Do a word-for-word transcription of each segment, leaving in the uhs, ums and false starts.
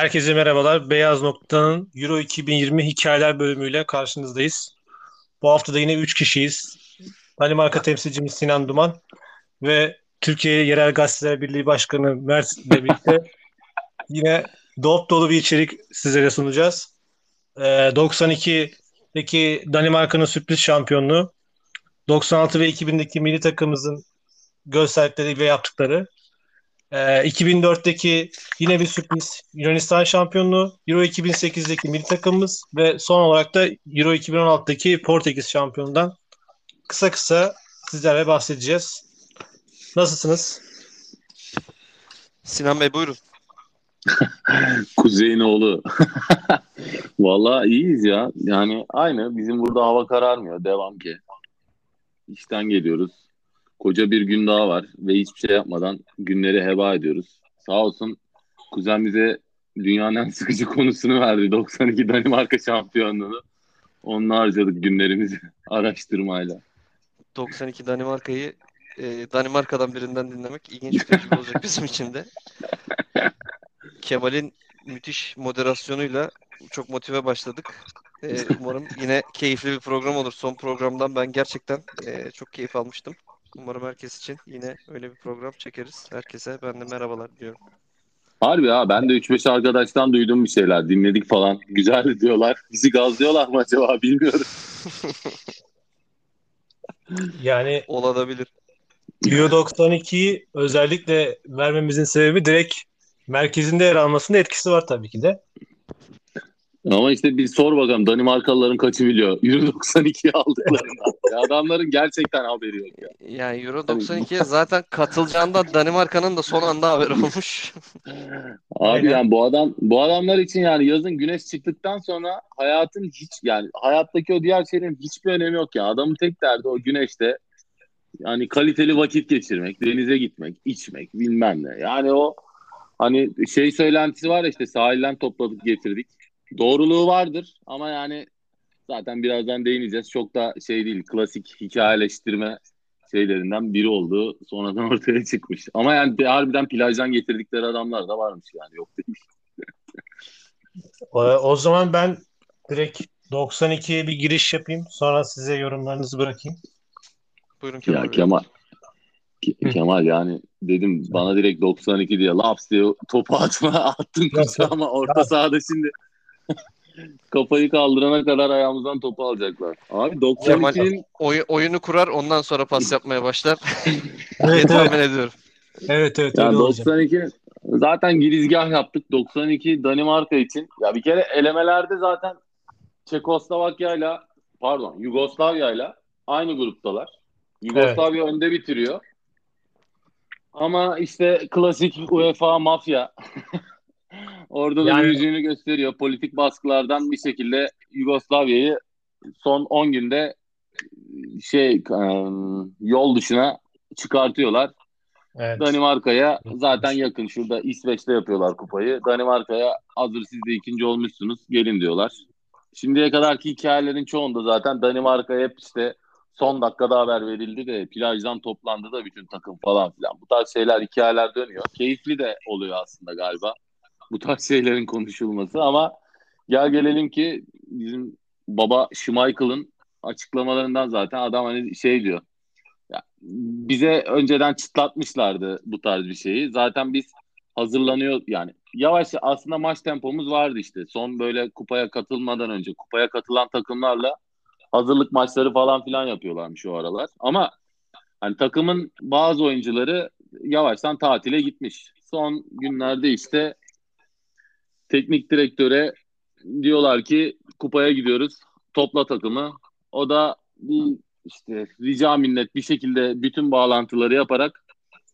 Herkese merhabalar. Beyaz Nokta'nın Euro iki bin yirmi hikayeler bölümüyle karşınızdayız. Bu hafta da yine üç kişiyiz. Danimarka temsilcimiz Sinan Duman ve Türkiye Yerel Gazeteler Birliği Başkanı Mert ile birlikte yine dop dolu bir içerik sizlere sunacağız. Ee, doksan ikideki Danimarka'nın sürpriz şampiyonluğu, doksan altı ve iki bindeki milli takımımızın gösterdikleri ve yaptıkları, Ee, iki bin dörtteki yine bir sürpriz Yunanistan şampiyonluğu, Euro iki bin sekizdeki milli takımımız ve son olarak da Euro iki bin on altıdaki Portekiz şampiyonundan kısa kısa sizlerle bahsedeceğiz. Nasılsınız? Sinan Bey buyurun. Kuzey'in oğlu. Vallahi iyiyiz ya. Yani aynı. Bizim burada hava kararmıyor. Devam ki. İşten geliyoruz. Koca bir gün daha var ve hiçbir şey yapmadan günleri heba ediyoruz. Sağ olsun kuzen bize dünyanın en sıkıcı konusunu verdi. doksan iki Danimarka şampiyonluğunu. Onunla harcadık günlerimizi araştırmayla. doksan iki Danimarka'yı e, Danimarka'dan birinden dinlemek ilginç bir tecrübe olacak bizim için de. Kemal'in müthiş moderasyonuyla çok motive başladık. E, umarım yine keyifli bir program olur. Son programdan ben gerçekten e, çok keyif almıştım. Umarım herkes için yine öyle bir program çekeriz. Herkese ben de merhabalar diyorum. Harbi ha, ben de üç beş arkadaştan duydum bir şeyler. Dinledik falan. Güzeldi diyorlar. Bizi gazlıyorlar mı acaba bilmiyorum. Yani Olabilir. Euro doksan ikiyi özellikle vermemizin sebebi direkt merkezinde yer almasında etkisi var tabii ki de. Ama işte bir sor bakalım Danimarkalıların kaçı biliyor Euro doksan ikiyi aldıklarından. Ya adamların gerçekten haberi yok ya. Yani Euro Hani, doksan ikiye zaten katılacağından Danimarka'nın da son anda haberi olmuş. abi Aynen. yani bu adam bu adamlar için yani yazın güneş çıktıktan sonra hayatın hiç yani hayattaki o diğer şeylerin hiçbir önemi yok ya. Adamın tek derdi o güneşte yani kaliteli vakit geçirmek, denize gitmek, içmek bilmem ne. Yani o hani şey söylentisi var ya işte sahilden topladık getirdik. Doğruluğu vardır ama yani zaten birazdan değineceğiz. Çok da şey değil, klasik hikayeleştirme şeylerinden biri olduğu sonradan ortaya çıkmış. Ama yani de- harbiden plajdan getirdikleri adamlar da varmış yani yok değil. O, o zaman ben direkt doksan ikiye bir giriş yapayım. Sonra size yorumlarınızı bırakayım. Buyurun Ya Kemal Bey. Kemal, Ke- Hı. Kemal yani dedim bana direkt doksan iki diye laps diye topu atma attın Yok yok. kucağıma orta Ya, sahada şimdi kafayı kaldırana kadar ayağımızdan topu alacaklar. Abi Kemal yok. doksan ikinin oy- oyunu kurar ondan sonra pas yapmaya başlar diye Evet evet. tahmin ediyorum. Evet evet öyle yani olacak. doksan iki zaten girizgah yaptık. doksan iki Danimarka için. Ya bir kere elemelerde zaten Çekoslovakya'yla pardon Yugoslavya'yla aynı gruptalar. Evet. Yugoslavya önde bitiriyor. Ama işte klasik UEFA mafya orada da bir Yani yüzüğünü gösteriyor. Politik baskılardan bir şekilde Yugoslavya'yı son on günde şey e, yol dışına çıkartıyorlar. evet. Danimarka'ya zaten yakın. Şurada İsveç'te yapıyorlar kupayı. Danimarka'ya hazır siz de ikinci olmuşsunuz gelin diyorlar. Şimdiye kadarki hikayelerin çoğunda zaten Danimarka'ya hep işte son dakikada haber verildi de plajdan toplandı da bütün takım falan filan. Bu tarz şeyler hikayeler dönüyor. Keyifli de oluyor aslında galiba bu tarz şeylerin konuşulması ama gel gelelim ki bizim baba Schmeichel'ın açıklamalarından zaten adam hani şey diyor. Ya, bize önceden çıtlatmışlardı bu tarz bir şeyi. Zaten biz hazırlanıyor yani yavaş aslında maç tempomuz vardı işte. Son böyle kupaya katılmadan önce kupaya katılan takımlarla hazırlık maçları falan filan yapıyorlarmış o aralar. Ama hani takımın bazı oyuncuları yavaştan tatile gitmiş. Son günlerde işte teknik direktöre diyorlar ki kupaya gidiyoruz. Topla takımı. O da bir işte rica minnet bir şekilde bütün bağlantıları yaparak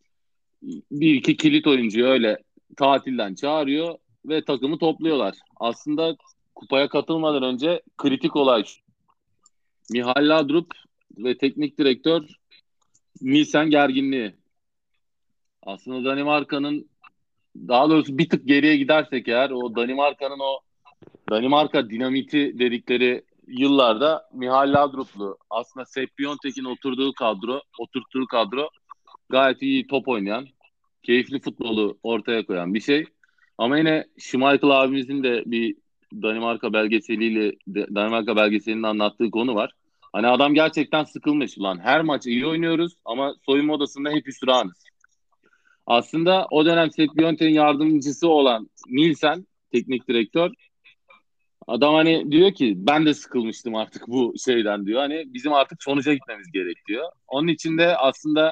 bir iki kilit oyuncuyu öyle tatilden çağırıyor ve takımı topluyorlar. Aslında kupaya katılmadan önce kritik olay şu. Mihail Laudrup ve teknik direktör Nielsen gerginliği. Aslında Danimarka'nın daha doğrusu bir tık geriye gidersek eğer o Danimarka'nın o Danimarka dinamiti dedikleri yıllarda Mihail Laudrup'lu aslında Sepp Piontek'in oturduğu kadro, oturttuğu kadro gayet iyi top oynayan, keyifli futbolu ortaya koyan bir şey. Ama yine Schmeichel abimizin de bir Danimarka belgeseliyle Danimarka belgeselinde anlattığı konu var. Hani adam gerçekten sıkılmış. Ulan her maç iyi oynuyoruz ama soyunma odasında hep hüsranız. Aslında o dönem Sepp Björnten'in yardımcısı olan Nielsen, teknik direktör, adam hani diyor ki ben de sıkılmıştım artık bu şeyden diyor. Hani bizim artık sonuca gitmemiz gerek diyor. Onun için de aslında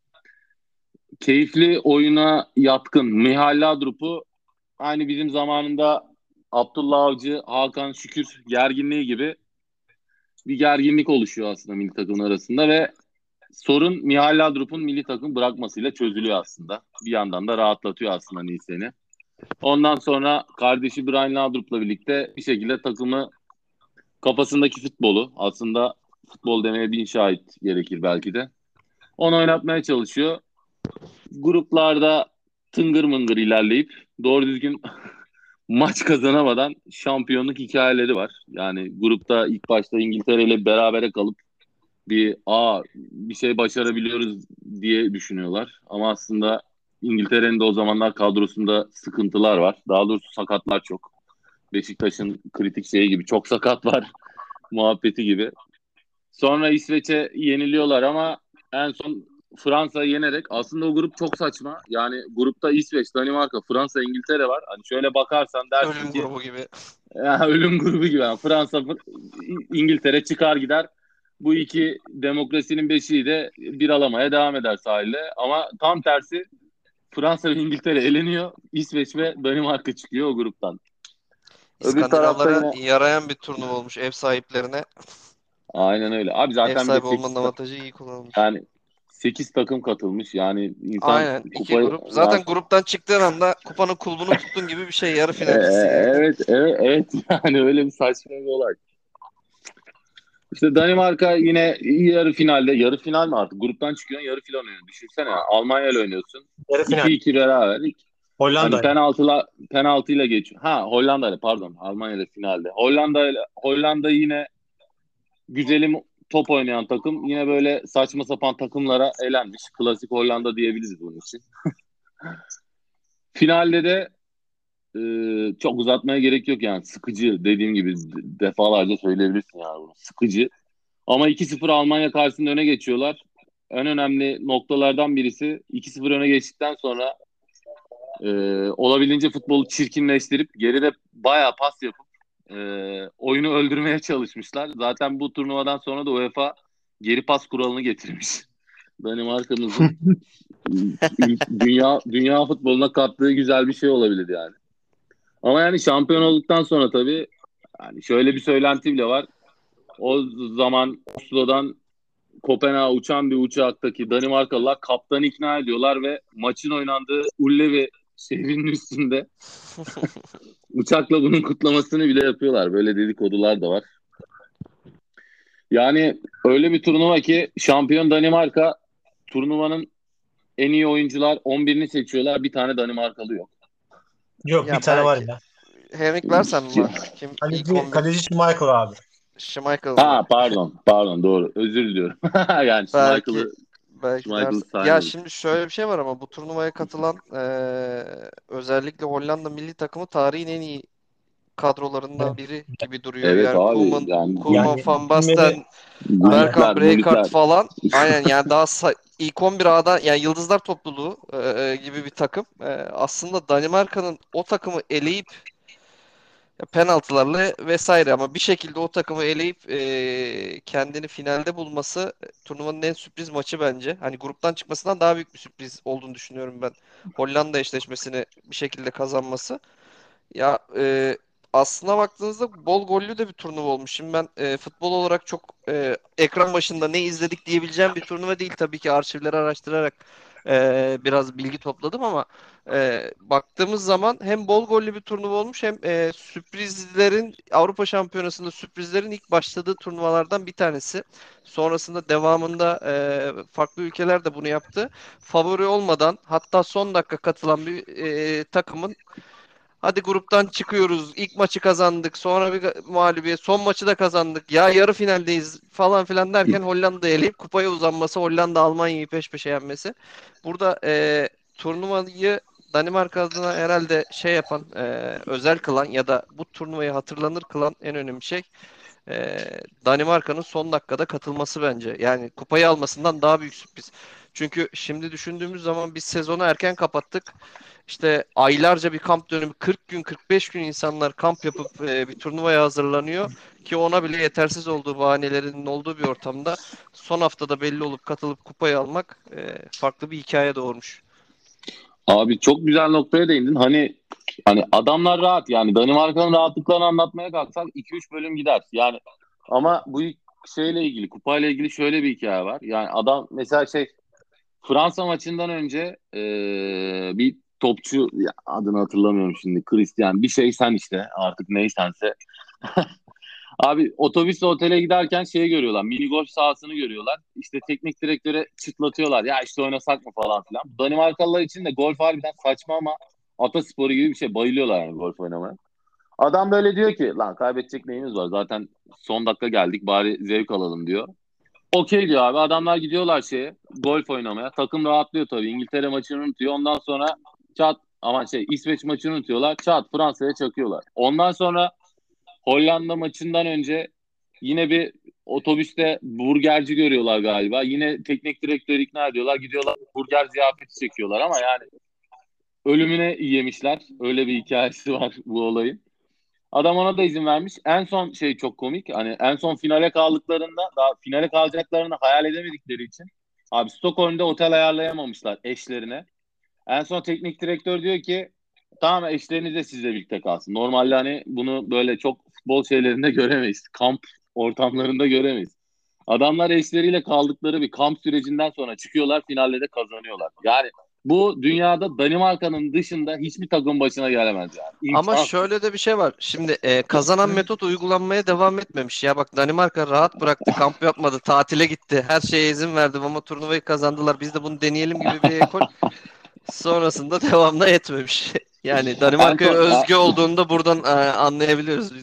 keyifli oyuna yatkın Mihail Laudrup'u aynı bizim zamanında Abdullah Avcı, Hakan Şükür gerginliği gibi bir gerginlik oluşuyor aslında milli takımın arasında ve sorun Mihail Laudrup'un milli takım bırakmasıyla çözülüyor aslında. Bir yandan da rahatlatıyor aslında Nielsen'i. Ondan sonra kardeşi Brian Laudrup'la birlikte bir şekilde takımı kafasındaki futbolu, aslında futbol demeye bin şahit gerekir belki de, onu oynatmaya çalışıyor. Gruplarda tıngır mıngır ilerleyip doğru düzgün maç kazanamadan şampiyonluk hikayeleri var. Yani grupta ilk başta İngiltere ile berabere kalıp bir a bir şey başarabiliyoruz diye düşünüyorlar. Ama aslında İngiltere'nin de o zamanlar kadrosunda sıkıntılar var. Daha doğrusu sakatlar çok. Beşiktaş'ın kritik şeyi gibi çok sakat var muhabbeti gibi. Sonra İsveç'e yeniliyorlar ama en son Fransa'yı yenerek, aslında o grup çok saçma. Yani grupta İsveç, Danimarka, Fransa, İngiltere var. Hani şöyle bakarsan dersin Ölüm ki grubu gibi. ya, ölüm grubu gibi. Yani Fransa, İngiltere çıkar gider. Bu iki demokrasinin beşiği de bir alamaya devam eder sahilde. Ama tam tersi, Fransa ve İngiltere eleniyor. İsveç ve Danimarka çıkıyor o gruptan. Öbür tarafta İskandinavlara yine yarayan bir turnuva olmuş ev sahiplerine. aynen öyle. Abi Ev zaten bir de sahibi olmanın sekiz avantajı iyi kullanılmış. yani sekiz takım katılmış. Yani insan Aynen. iki kupayı grup. ya, Zaten gruptan çıktığın anda kupanın kulbunu tuttun gibi bir şey. Yarı e, finalcisin yani. evet, evet, evet, yani öyle bir saçma bir olay. İşte Danimarka yine yarı finalde, yarı final mi artık? Gruptan çıkıyorsun, yarı final oynuyorsun. Düşünsene ya, Almanya ile oynuyorsun. Yarı final. iki iki beraber. Hani Hollanda. penaltıla penaltıyla geçiyor. Ha, Hollanda ile, pardon, Almanya ile finalde. Hollanda ile Hollanda yine güzelim top oynayan takım. Yine böyle saçma sapan takımlara elenmiş. Klasik Hollanda diyebiliriz bunun için. Finalde de e, çok uzatmaya gerek yok yani. Sıkıcı, dediğim gibi defalarca söyleyebilirsin yani bunu. Sıkıcı. Ama iki sıfır Almanya karşısında öne geçiyorlar. En önemli noktalardan birisi, iki sıfır öne geçtikten sonra e, olabildiğince futbolu çirkinleştirip geride bayağı pas yapıp e, oyunu öldürmeye çalışmışlar. Zaten bu turnuvadan sonra da UEFA geri pas kuralını getirmiş. Danimarka'mızın dünya dünya futboluna kattığı güzel bir şey olabilir yani. Ama yani şampiyon olduktan sonra tabii, yani şöyle bir söylenti bile var. O zaman Oslo'dan Kopenhag'a uçan bir uçaktaki Danimarkalılar kaptanı ikna ediyorlar ve maçın oynandığı Ullevi şehrinin üstünde uçakla bunun kutlamasını bile yapıyorlar. Böyle dedikodular da var. Yani öyle bir turnuva ki şampiyon Danimarka, turnuvanın en iyi oyuncular on birini seçiyorlar. Bir tane Danimarkalı yok. Yok, bir Ya tane var belki. ya. Henrik Larsson mı var? Kim ilk Kaleci, on bir? kaleci Michael abi. Schmeichel mı? Ha, pardon, pardon, doğru. Özür diliyorum. Yani Belki Schmeichel'ı belki Schmeichel'ı Larsson. Ya saymadık. şimdi şöyle bir şey var ama bu turnuvaya katılan eee, özellikle Hollanda milli takımı tarihin en iyi kadrolarından Evet. biri gibi duruyor. Evet Yani abi, Koeman, yani Koeman, Yani Van isimleri Basten, aynen. Bergkamp, Gullikler, Rijkaard Gullikler. falan. Aynen yani daha sa- ilk on bir A'da yani Yıldızlar topluluğu eee, gibi bir takım. Eee, aslında Danimarka'nın o takımı eleyip ya penaltılarla vesaire ama bir şekilde o takımı eleyip eee, kendini finalde bulması e, turnuvanın en sürpriz maçı bence. Hani gruptan çıkmasından daha büyük bir sürpriz olduğunu düşünüyorum ben. Hollanda eşleşmesini bir şekilde kazanması. Ya e, aslına baktığınızda bol gollü de bir turnuva olmuş. Şimdi ben e, futbol olarak çok e, ekran başında ne izledik diyebileceğim bir turnuva değil. Tabii ki arşivleri araştırarak e, biraz bilgi topladım ama e, baktığımız zaman hem bol gollü bir turnuva olmuş hem e, sürprizlerin Avrupa Şampiyonası'nda sürprizlerin ilk başladığı turnuvalardan bir tanesi. Sonrasında devamında e, farklı ülkeler de bunu yaptı. Favori olmadan hatta son dakika katılan bir e, takımın hadi gruptan çıkıyoruz. İlk maçı kazandık. Sonra bir ga- mağlubiyet. Son maçı da kazandık. Ya yarı finaldeyiz falan filan derken Hollanda'ya eleyip kupaya uzanması. Hollanda Almanya'yı peş peşe yenmesi. Burada e, turnuvayı Danimarka adına herhalde şey yapan, e, özel kılan ya da bu turnuvayı hatırlanır kılan en önemli şey e, Danimarka'nın son dakikada katılması bence. Yani kupayı almasından daha büyük sürpriz. Çünkü şimdi düşündüğümüz zaman biz sezonu erken kapattık. İşte aylarca bir kamp dönemi, kırk gün kırk beş gün insanlar kamp yapıp e, bir turnuvaya hazırlanıyor ki ona bile yetersiz olduğu bahanelerinin olduğu bir ortamda son haftada belli olup katılıp kupayı almak e, farklı bir hikaye doğurmuş. Abi çok güzel noktaya değindin. Hani hani adamlar rahat yani Danimarka'nın rahatlıklarını anlatmaya kalksak iki üç bölüm gider. Yani ama bu şeyle ilgili kupayla ilgili şöyle bir hikaye var. Yani adam mesela şey Fransa maçından önce eee, bir topçu ya adını hatırlamıyorum şimdi Christian bir şey sen işte artık neysense abi otobüsle otele giderken şeyi görüyorlar. Mini golf sahasını görüyorlar. İşte teknik direktöre çıtlatıyorlar. Ya işte oynasak mı falan filan. Danimarkalılar için de golf harbiden saçma ama atasporu gibi bir şey. Bayılıyorlar yani golf oynamaya. Adam böyle diyor ki lan kaybedecek neyimiz var? Zaten son dakika geldik bari zevk alalım diyor. Okey diyor abi. Adamlar gidiyorlar şeye golf oynamaya. Takım rahatlıyor tabii. İngiltere maçını unutuyor. Ondan sonra çat aman şey İsveç maçını unutuyorlar. Çat Fransa'ya çakıyorlar. Ondan sonra Hollanda maçından önce yine bir otobüste burgerci görüyorlar galiba. Yine teknik direktörü ikna ediyorlar. Gidiyorlar burger ziyafeti çekiyorlar ama yani ölümüne yemişler. Öyle bir hikayesi var bu olayın. Adam ona da izin vermiş. En son şey çok komik. Hani en son finale kaldıklarında daha finale kalacaklarını hayal edemedikleri için abi Stockholm'da otel ayarlayamamışlar eşlerine. En son teknik direktör diyor ki tamam eşleriniz de sizle birlikte kalsın. Normalde hani bunu böyle çok futbol şeylerinde göremeyiz. Kamp ortamlarında göremeyiz. Adamlar eşleriyle kaldıkları bir kamp sürecinden sonra çıkıyorlar finalde de kazanıyorlar. Yani bu dünyada Danimarka'nın dışında hiçbir takım başına gelemez yani. Ama İmkansız. şöyle de bir şey var. Şimdi e, kazanan metot uygulanmaya devam etmemiş. Ya bak Danimarka rahat bıraktı, kamp yapmadı, tatile gitti. Her şeye izin verdim ama turnuvayı kazandılar. Biz de bunu deneyelim gibi bir ekol sonrasında devamlı etmemiş. Yani En Danimarka'ya son özgü olduğunu da buradan e, anlayabiliyoruz.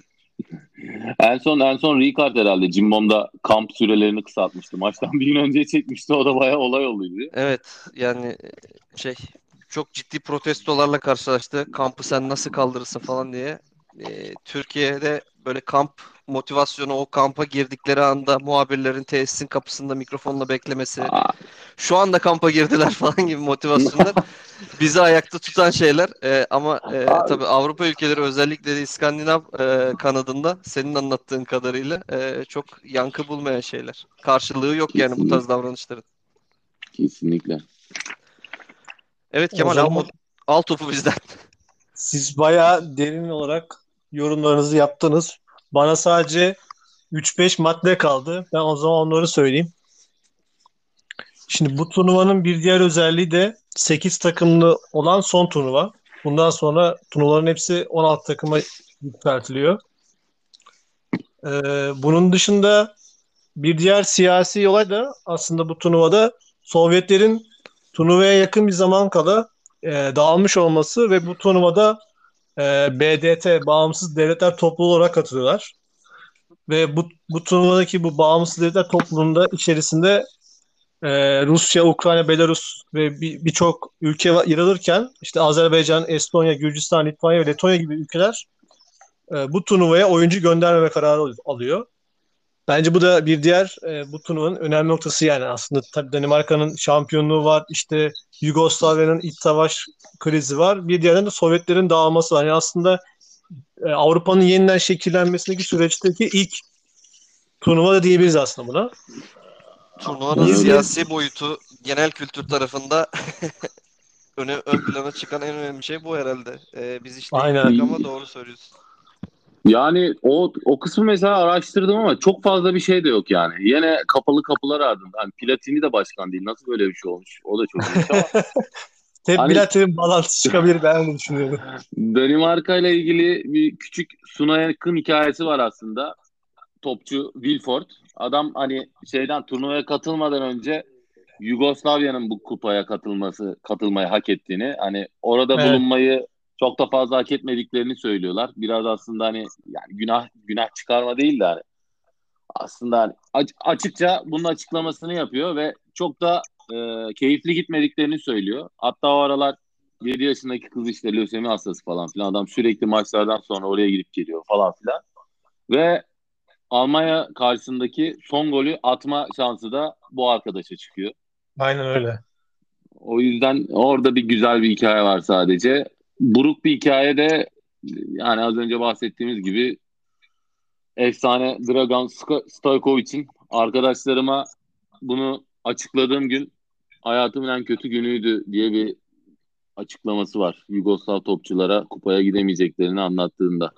en son en son Rijkaard herhalde Cimbom'da kamp sürelerini kısaltmıştı. Maçtan bir gün önce çekmişti. O da bayağı olay olduydu. Evet yani e, şey çok ciddi protestolarla karşılaştı. Kampı sen nasıl kaldırırsın falan diye. E, Türkiye'de böyle kamp motivasyonu o kampa girdikleri anda muhabirlerin tesisin kapısında mikrofonla beklemesi. Aa. Şu anda kampa girdiler falan gibi motivasyonlar bizi ayakta tutan şeyler. E, ama e, Abi, tabii Avrupa ülkeleri özellikle de İskandinav e, kanadında senin anlattığın kadarıyla e, çok yankı bulmayan şeyler. Karşılığı yok yani bu kesinlikle. tarz davranışların. Kesinlikle. Evet O Kemal al, zaman o- al topu bizden. siz bayağı derin olarak yorumlarınızı yaptınız. Bana sadece üç beş madde kaldı. Ben o zaman onları söyleyeyim. Şimdi bu turnuvanın bir diğer özelliği de sekiz takımlı olan son turnuva. Bundan sonra turnuvaların hepsi on altı takıma yükseltiliyor. Ee, bunun dışında bir diğer siyasi olay da aslında bu turnuvada Sovyetlerin turnuvaya yakın bir zaman kala e, dağılmış olması ve bu turnuvada e, B D T, Bağımsız Devletler Topluluğu olarak katılıyorlar. Ve bu, bu turnuvadaki bu Bağımsız Devletler Topluluğu'nda içerisinde e, Rusya, Ukrayna, Belarus ve bir- birçok ülke va- yer alırken işte Azerbaycan, Estonya, Gürcistan, Litvanya ve Letonya gibi ülkeler e, bu turnuvaya oyuncu göndermeme kararı al- alıyor. Bence bu da bir diğer e, bu turnuvanın önemli noktası yani aslında tabii Danimarka'nın şampiyonluğu var, işte Yugoslavya'nın iç savaş krizi var, bir diğerinde de Sovyetlerin dağılması var. Yani aslında e, Avrupa'nın yeniden şekillenmesindeki süreçteki ilk turnuva da diyebiliriz aslında buna. Turnuvanın Ben Bir öyle de siyasi boyutu genel kültür tarafında öne, ön plana çıkan en önemli şey bu herhalde. Ee, biz hiç değinmedik aynen. ama doğru söylüyorsun. yani o o kısmı mesela araştırdım ama çok fazla bir şey de yok yani. Yine kapalı kapılar ardında. Hani Platini de başkan değil. Nasıl böyle bir şey olmuş? O da çok ilginç ama Hep hani Bilater'in bağlantısı çıkabilir ben öyle düşünüyorum. Danimarka ile ilgili bir küçük Suna yakın hikayesi var aslında. Topçu Wilford. Adam hani şeyden turnuvaya katılmadan önce Yugoslavya'nın bu kupaya katılması katılmayı hak ettiğini hani orada Evet. bulunmayı çok da fazla hak etmediklerini söylüyorlar. Biraz aslında hani yani günah günah çıkarma değil de hani aslında hani aç- açıkça bunun açıklamasını yapıyor ve çok da e, keyifli gitmediklerini söylüyor. Hatta o aralar yedi yaşındaki kız işte lösemi hastası falan filan. Adam sürekli maçlardan sonra oraya gidip geliyor falan filan. Ve Almanya karşısındaki son golü atma şansı da bu arkadaşa çıkıyor. Aynen öyle. O yüzden orada bir güzel bir hikaye var sadece. Buruk bir hikaye de yani az önce bahsettiğimiz gibi efsane Dragan Sto- Stojkovic'in arkadaşlarıma bunu açıkladığım gün hayatımın en kötü günüydü diye bir açıklaması var. Yugoslav topçulara kupaya gidemeyeceklerini anlattığında.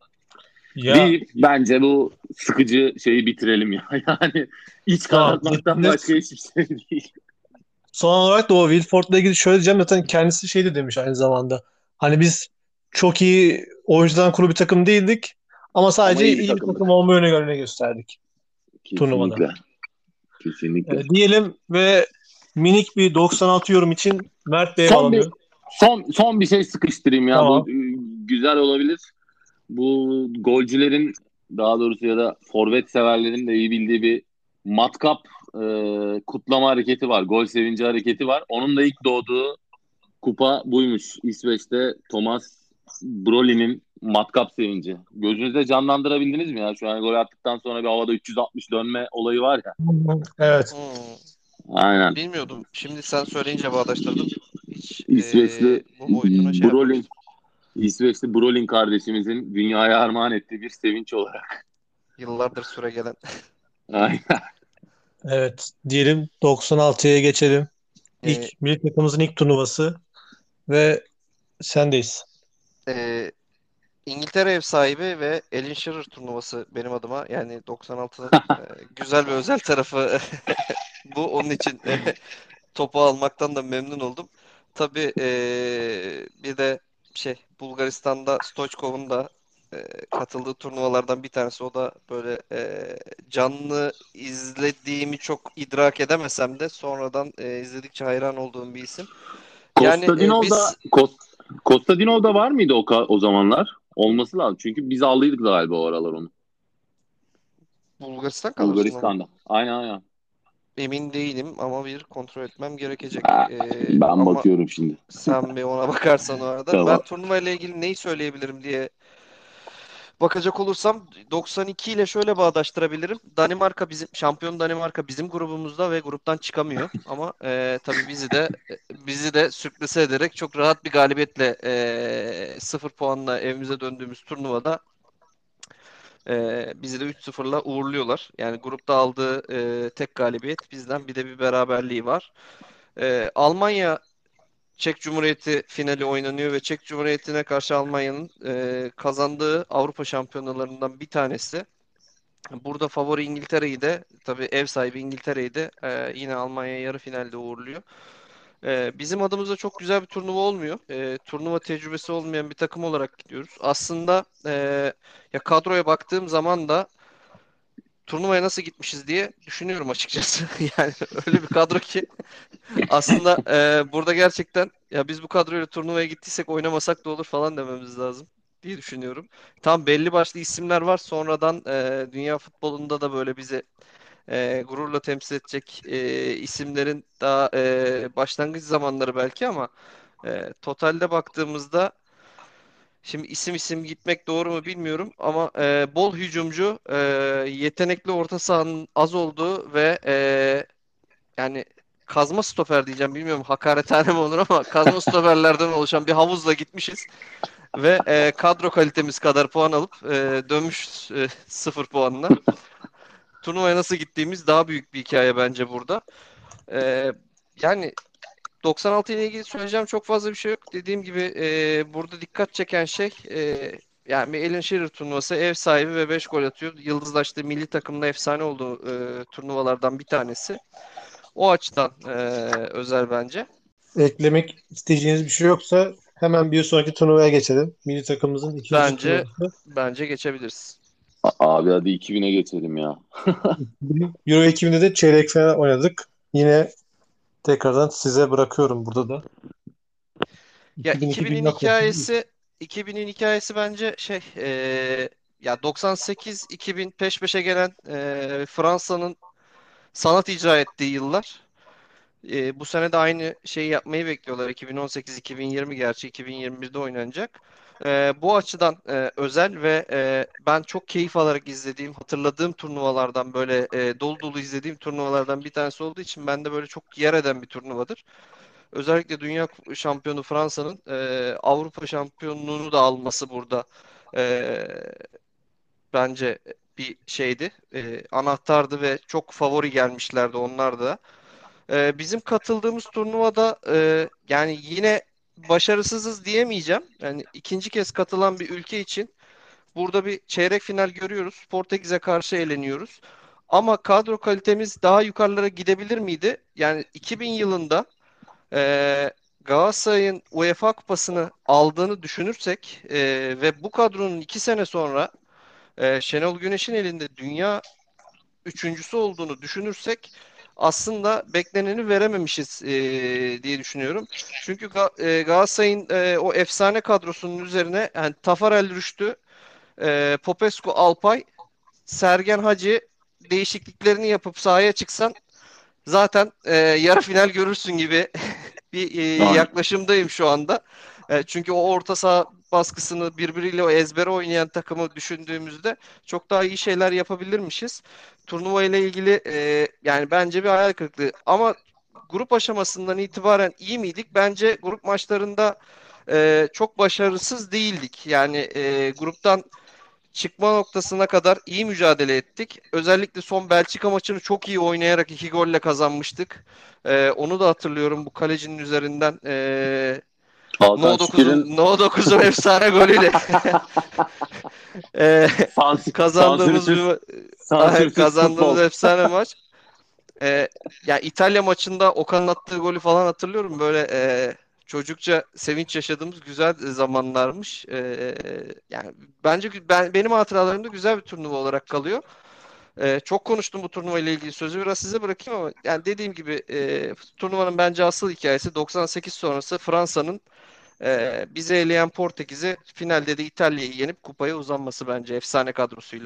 Ya Deyip bence bu sıkıcı şeyi bitirelim ya. Yani iç tamam. karartmaktan başka hiçbir şey değil. Son olarak da o Wilford'la ilgili şöyle diyeceğim. Zaten kendisi şey de demiş aynı zamanda. Hani biz çok iyi oyuncudan kurulu bir takım değildik. Ama Ama sadece iyi bir iyi bir takım takımdık. olma yönünü gösterdik turnuvada. Kesinlikle. Kesinlikle. E, diyelim ve minik bir doksan altı yorum için Mert Bey'e Son bir bağlanıyorum. son son bir şey sıkıştırayım ya. Bu Tamam. e, güzel olabilir. Bu golcülerin daha doğrusu ya da forvet severlerin de iyi bildiği bir matkap e, kutlama hareketi var. Gol sevinci hareketi var. Onun da ilk doğduğu kupa buymuş. İsveç'te Thomas Brolly'nin matkap sevinci. Gözünüzde canlandırabildiniz mi ya? Şu an gol attıktan sonra bir havada üç yüz altmış dönme olayı var ya. Evet. Hmm, Aynen. bilmiyordum. Şimdi sen söyleyince bağdaştırdım. Hiç İsveçli eee, bu boyutuna şey Brolin yapmamıştım. İsveçli Brolin kardeşimizin dünyaya armağan ettiği bir sevinç olarak. Yıllardır süre gelen. Aynen. Evet. Diyelim doksan altıya geçelim. İlk Eee, milli takımımızın ilk turnuvası ve sendeyiz. eee, İngiltere ev sahibi ve Alan Shearer turnuvası benim adıma. Yani doksan altının eee, güzel ve özel tarafı bu. Onun için topu almaktan da memnun oldum. Tabii eee, bir de şey Bulgaristan'da Stoichkov'un da eee, katıldığı turnuvalardan bir tanesi. O da böyle eee, canlı izlediğimi çok idrak edemesem de sonradan eee, izledikçe hayran olduğum bir isim. Yani eee, Kostadinov biz Kost, Kostadinov var mıydı o, ka- o zamanlar? Olması lazım. Çünkü biz aldıydık galiba o aralar onu. Bulgaristan kadrosunda mı? Bulgaristan'da. Aynen aynen. Emin değilim ama bir kontrol etmem gerekecek. Ha, Eee, ben ama bakıyorum şimdi. sen bir ona bakarsan o arada. Ben Tamam. turnuva ile ilgili neyi söyleyebilirim diye bakacak olursam doksan iki ile şöyle bağdaştırabilirim. Danimarka bizim şampiyon Danimarka bizim grubumuzda ve gruptan çıkamıyor. Ama eee tabii bizi de bizi de sürklase ederek çok rahat bir galibiyetle eee sıfır puanla evimize döndüğümüz turnuvada eee bizi de üç sıfırla uğurluyorlar. Yani grupta aldığı eee, tek galibiyet bizden bir de bir beraberliği var. Eee, Almanya Çek Cumhuriyeti finali oynanıyor ve Çek Cumhuriyeti'ne karşı Almanya'nın eee, kazandığı Avrupa şampiyonalarından bir tanesi. Burada favori İngiltere'yi de tabii ev sahibi İngiltere'yi de eee, yine Almanya yarı finalde uğurluyor. Eee, bizim adımıza çok güzel bir turnuva olmuyor. Eee, turnuva tecrübesi olmayan bir takım olarak gidiyoruz. Aslında eee, ya kadroya baktığım zaman da turnuvaya nasıl gitmişiz diye düşünüyorum açıkçası. Yani öyle bir kadro ki aslında e, burada gerçekten ya biz bu kadroyla turnuvaya gittiysek oynamasak da olur falan dememiz lazım diye düşünüyorum. Tam belli başlı isimler var. Sonradan e, dünya futbolunda da böyle bizi e, gururla temsil edecek e, isimlerin daha e, başlangıç zamanları belki ama e, totalde baktığımızda şimdi isim isim gitmek doğru mu bilmiyorum ama e, bol hücumcu, e, yetenekli orta sahanın az olduğu ve e, yani kazma stoper diyeceğim bilmiyorum hakaretane mi olur ama kazma stoperlerden oluşan bir havuzla gitmişiz ve e, kadro kalitemiz kadar puan alıp e, dönmüş e, sıfır puanla. Turnuvaya nasıl gittiğimiz daha büyük bir hikaye bence burada. E, yani doksan altı ile ilgili söyleyeceğim çok fazla bir şey yok. Dediğim gibi e, burada dikkat çeken şey e, yani bir Alan Shearer turnuvası ev sahibi ve beş gol atıyor. Yıldızlaştığı milli takımda efsane olduğu e, turnuvalardan bir tanesi. O açıdan e, özel bence. Eklemek isteyeceğiniz bir şey yoksa hemen bir sonraki turnuvaya geçelim. Milli takımımızın ikinci Bence turnuvası. bence geçebiliriz. A- Abi hadi iki bine geçelim ya. Euro iki binde de çeyrek final oynadık. Yine tekrardan size bırakıyorum burada da. Ya iki bin iki bin iki binin nasıl? hikayesi iki binin hikayesi bence şey e, ya doksan sekiz iki bin peş peşe gelen e, Fransa'nın sanat icra ettiği yıllar. E, bu sene de aynı şeyi yapmayı bekliyorlar. iki bin on sekiz iki bin yirmi, gerçi iki bin yirmi birde oynanacak. E, bu açıdan e, özel ve e, ben çok keyif alarak izlediğim, hatırladığım turnuvalardan, böyle e, dolu dolu izlediğim turnuvalardan bir tanesi olduğu için ben de böyle çok yer eden bir turnuvadır. Özellikle dünya şampiyonu Fransa'nın e, Avrupa şampiyonluğunu da alması burada e, bence bir şeydi. E, anahtardı ve çok favori gelmişlerdi onlar da. E, bizim katıldığımız turnuvada e, yani yine başarısızız diyemeyeceğim. Yani ikinci kez katılan bir ülke için burada bir çeyrek final görüyoruz. Portekiz'e karşı eğleniyoruz. Ama kadro kalitemiz daha yukarılara gidebilir miydi? Yani iki bin yılında e, Galatasaray'ın UEFA Kupası'nı aldığını düşünürsek e, ve bu kadronun iki sene sonra e, Şenol Güneş'in elinde dünya üçüncüsü olduğunu düşünürsek aslında bekleneni verememişiz e, diye düşünüyorum. Çünkü Ga- e, Galatasaray'ın e, o efsane kadrosunun üzerine yani Tafarel Rüştü, e, Popescu Alpay, Sergen Hacı değişikliklerini yapıp sahaya çıksan zaten e, yarı final görürsün gibi bir e, Aynen. yaklaşımdayım şu anda. E, çünkü o orta saha baskısını birbiriyle o ezbere oynayan takımı düşündüğümüzde çok daha iyi şeyler yapabilirmişiz. Turnuva ile ilgili e, yani bence bir hayal kırıklığı. Ama grup aşamasından itibaren iyi miydik? Bence grup maçlarında e, çok başarısız değildik. Yani e, gruptan çıkma noktasına kadar iyi mücadele ettik. Özellikle son Belçika maçını çok iyi oynayarak iki golle kazanmıştık. Ee, onu da hatırlıyorum, bu kalecinin üzerinden ee, Hakan No dokuzun Şükür'ün No dokuzun efsane golüyle ee, sans kazandığımız sansürsüz bir sansürsüz kazandığımız futbol. efsane maç. Ee, Ya İtalya maçında Okan'ın attığı golü falan hatırlıyorum. Böyle ee, çocukça sevinç yaşadığımız güzel zamanlarmış. Ee, yani bence gü- ben benim hatıralarımda güzel bir turnuva olarak kalıyor. Ee, çok konuştum bu turnuva ile ilgili. Sözü biraz size bırakayım ama yani dediğim gibi e, turnuvanın bence asıl hikayesi doksan sekiz sonrası Fransa'nın e, bizi eleyen Portekiz'i, finalde de İtalya'yı yenip kupaya uzanması, bence efsane kadrosuyla.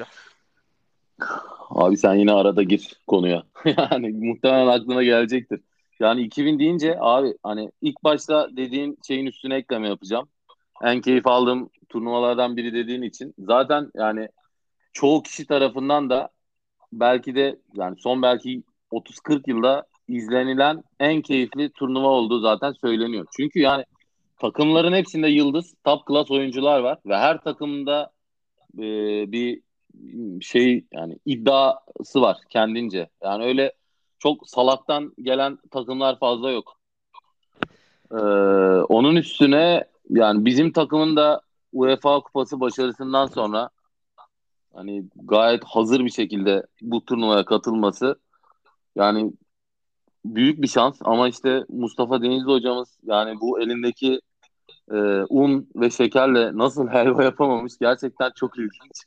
Abi sen yine arada gir konuya. Yani muhtemelen aklına gelecektir. Yani iki bin deyince abi hani ilk başta dediğin şeyin üstüne ekleme yapacağım. En keyif aldığım turnuvalardan biri dediğin için. Zaten yani çoğu kişi tarafından da belki de yani son belki otuz kırk yılda izlenilen en keyifli turnuva olduğu zaten söyleniyor. Çünkü yani takımların hepsinde yıldız, top class oyuncular var ve her takımda e, bir şey yani iddiası var kendince. Yani öyle çok salaktan gelen takımlar fazla yok. Ee, Onun üstüne yani bizim takımın da UEFA Kupası başarısından sonra hani gayet hazır bir şekilde bu turnuvaya katılması yani büyük bir şans ama işte Mustafa Denizli hocamız yani bu elindeki e, un ve şekerle nasıl helva yapamamış gerçekten çok ilginç.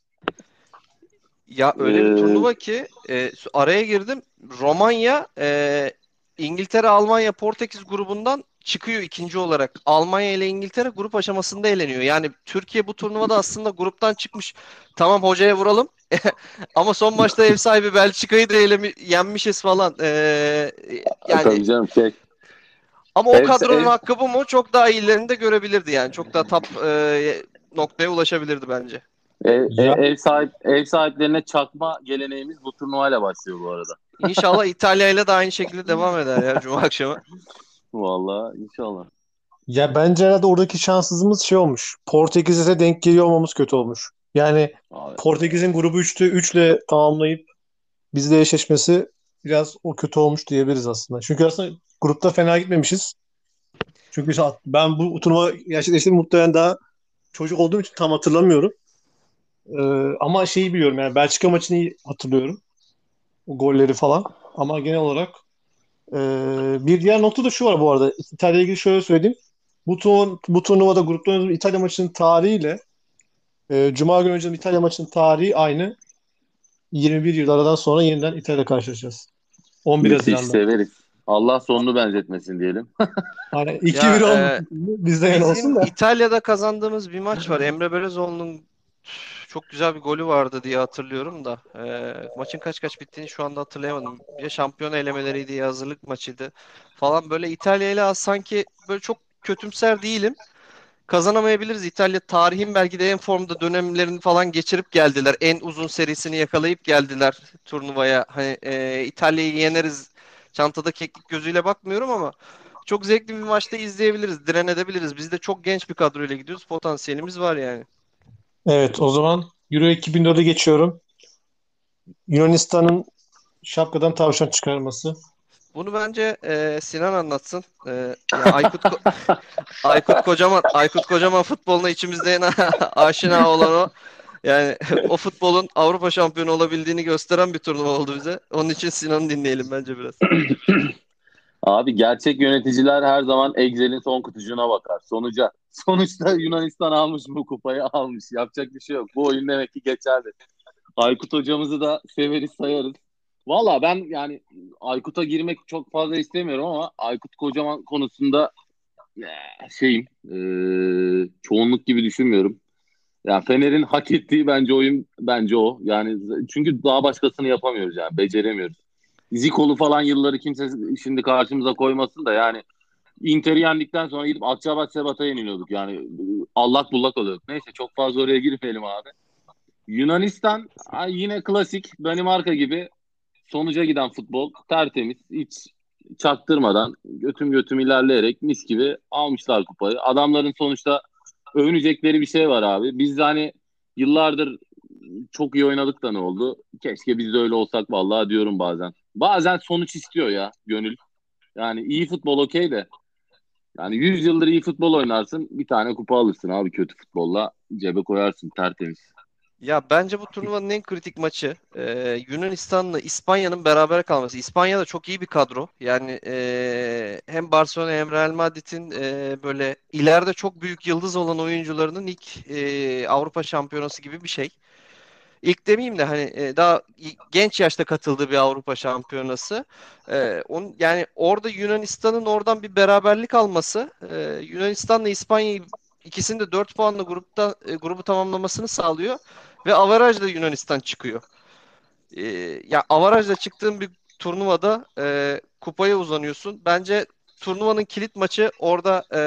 Ya öyle bir Ee, turnuva ki e, araya girdim. Romanya, e, İngiltere, Almanya, Portekiz grubundan çıkıyor ikinci olarak. Almanya ile İngiltere grup aşamasında eleniyor. Yani Türkiye bu turnuvada aslında gruptan çıkmış. Tamam, hocaya vuralım. Ama son maçta ev sahibi Belçika'yı da elemi, yenmişiz falan. Ee, yani tabii canım şey ama o ev, kadronun ev, hakkı bu mu? Çok daha iyilerini de görebilirdi yani. Çok daha top e, noktaya ulaşabilirdi bence. ev, Ya, ev, sahip, ev sahiplerine çakma geleneğimiz bu turnuvayla başlıyor bu arada. İnşallah İtalya ile de aynı şekilde devam eder ya Cuma akşamı. Vallahi inşallah. ya bence herhalde oradaki şanssızlığımız şey olmuş. Portekiz'e denk geliyor olmamız kötü olmuş. Yani Abi, Portekiz'in grubu üçte üç ile tamamlayıp bizle eşleşmesi biraz o kötü olmuş diyebiliriz aslında. Çünkü aslında grupta fena gitmemişiz. Çünkü işte ben bu turnuva gerçekleşti muhtemelen daha çocuk olduğum için tam hatırlamıyorum. Ee, ama şeyi biliyorum yani Belçika maçını iyi hatırlıyorum. O golleri falan. Ama genel olarak ee, bir diğer nokta da şu var bu arada. İtalya'ya ilgili şöyle söyleyeyim. Bu, turn bu turnuvada grupta oynadığımız İtalya maçının tarihiyle e, Cuma günü oynadığımız İtalya maçının tarihi aynı. yirmi bir yıl aradan sonra yeniden İtalya'da karşılaşacağız. on bir müthiş Haziran'da. severiz. Allah sonunu benzetmesin diyelim. Hani iki bir Ya olmasın. e, Bizde yani olsun bizim da. İtalya'da kazandığımız bir maç var. Emre Belözoğlu'nun çok güzel bir golü vardı diye hatırlıyorum da. E, maçın kaç kaç bittiğini şu anda hatırlayamadım. Ya şampiyon elemeleriydi ya hazırlık maçıydı falan. Böyle İtalya ile az sanki böyle çok kötümser değilim. Kazanamayabiliriz. İtalya tarihin belki de en formda dönemlerini falan geçirip geldiler. En uzun serisini yakalayıp geldiler turnuvaya. Hani e, İtalya'yı yeneriz çantada keklik gözüyle bakmıyorum ama çok zevkli bir maçta izleyebiliriz, direnebiliriz. Biz de çok genç bir kadroyla gidiyoruz. Potansiyelimiz var yani. Evet, o zaman Euro iki bin dörde geçiyorum. Yunanistan'ın şapkadan tavşan çıkarması. Bunu bence e, Sinan anlatsın. E, ya Aykut Ko- Aykut Kocaman Aykut Kocaman futboluna içimizde en aşina olan o. Yani o futbolun Avrupa şampiyonu olabildiğini gösteren bir turnuva oldu bize. Onun için Sinan'ı dinleyelim bence biraz. Abi gerçek yöneticiler her zaman Excel'in son kutucuğuna bakar. Sonuca. Sonuçta Yunanistan almış bu kupayı almış. Yapacak bir şey yok. Bu oyun demek ki geçerli. Aykut hocamızı da severiz sayarız. Valla ben yani Aykut'a girmek çok fazla istemiyorum ama Aykut Kocaman konusunda eh, şeyim eh, çoğunluk gibi düşünmüyorum. Yani Fener'in hak ettiği bence oyun bence o. Yani çünkü daha başkasını yapamıyoruz yani beceremiyoruz. Zico'lu falan yılları kimse şimdi karşımıza koymasın da yani Inter'i yendikten sonra gidip Akçabat Sebat'a yeniliyorduk. Yani allak bullak oluyorduk. Neyse çok fazla oraya girmeyelim abi. Yunanistan ay, yine klasik Danimarka gibi sonuca giden futbol tertemiz hiç çaktırmadan götüm götüm ilerleyerek mis gibi almışlar kupayı. Adamların sonuçta övünecekleri bir şey var abi. Biz de hani yıllardır çok iyi oynadık da ne oldu? Keşke biz de öyle olsak vallahi diyorum bazen. Bazen sonuç istiyor ya gönül. Yani iyi futbol okey de. Yani yüz yıldır iyi futbol oynarsın bir tane kupa alırsın abi kötü futbolla cebe koyarsın tertemiz. Ya bence bu turnuvanın en kritik maçı e, Yunanistan'la İspanya'nın beraber kalması. İspanya da çok iyi bir kadro. Yani e, hem Barcelona hem Real Madrid'in e, böyle ileride çok büyük yıldız olan oyuncularının ilk e, Avrupa Şampiyonası gibi bir şey. İlk demeyeyim de hani e, daha genç yaşta katıldığı bir Avrupa Şampiyonası. E, onun, yani orada Yunanistan'ın oradan bir beraberlik alması, e, Yunanistan'la İspanya'yı ikisinin de dört puanla grupta e, grubu tamamlamasını sağlıyor ve averajla Yunanistan çıkıyor. E, ya averajla çıktığın bir turnuvada e, kupaya uzanıyorsun. Bence turnuvanın kilit maçı orada e,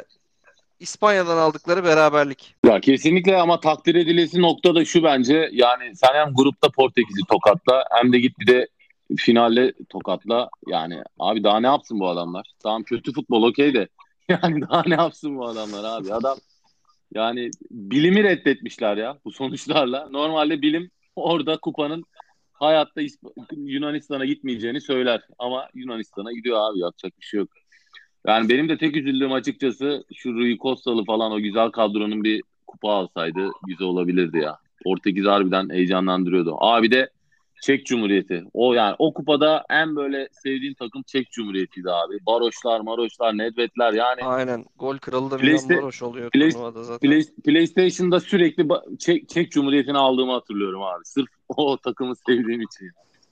İspanya'dan aldıkları beraberlik. Ya kesinlikle ama takdir edilesi nokta da şu bence yani sen hem grupta Portekiz'i tokatla hem de git bir de finalde tokatla yani abi daha ne yapsın bu adamlar? Tamam kötü futbol okey de yani daha ne yapsın bu adamlar abi? Adam yani bilimi reddetmişler ya bu sonuçlarla. Normalde bilim orada kupanın hayatta İsp- Yunanistan'a gitmeyeceğini söyler ama Yunanistan'a gidiyor abi yapacak bir şey yok. Yani benim de tek üzüldüğüm açıkçası şu Rui Costalı falan o güzel kadronun bir kupa alsaydı güzel olabilirdi ya. Portekiz harbiden heyecanlandırıyordu. Abi de Çek Cumhuriyeti. O yani o kupada en böyle sevdiğim takım Çek Cumhuriyeti'ydi abi. Baroşlar, Maroşlar, Nedvedler yani Aynen. Gol kralı da Milan Playsta- Baroş oluyor Play- turnuvada zaten. Play- PlayStation'da sürekli ba- Çek, Çek Cumhuriyeti'ni aldığımı hatırlıyorum abi. Sırf o takımı sevdiğim için.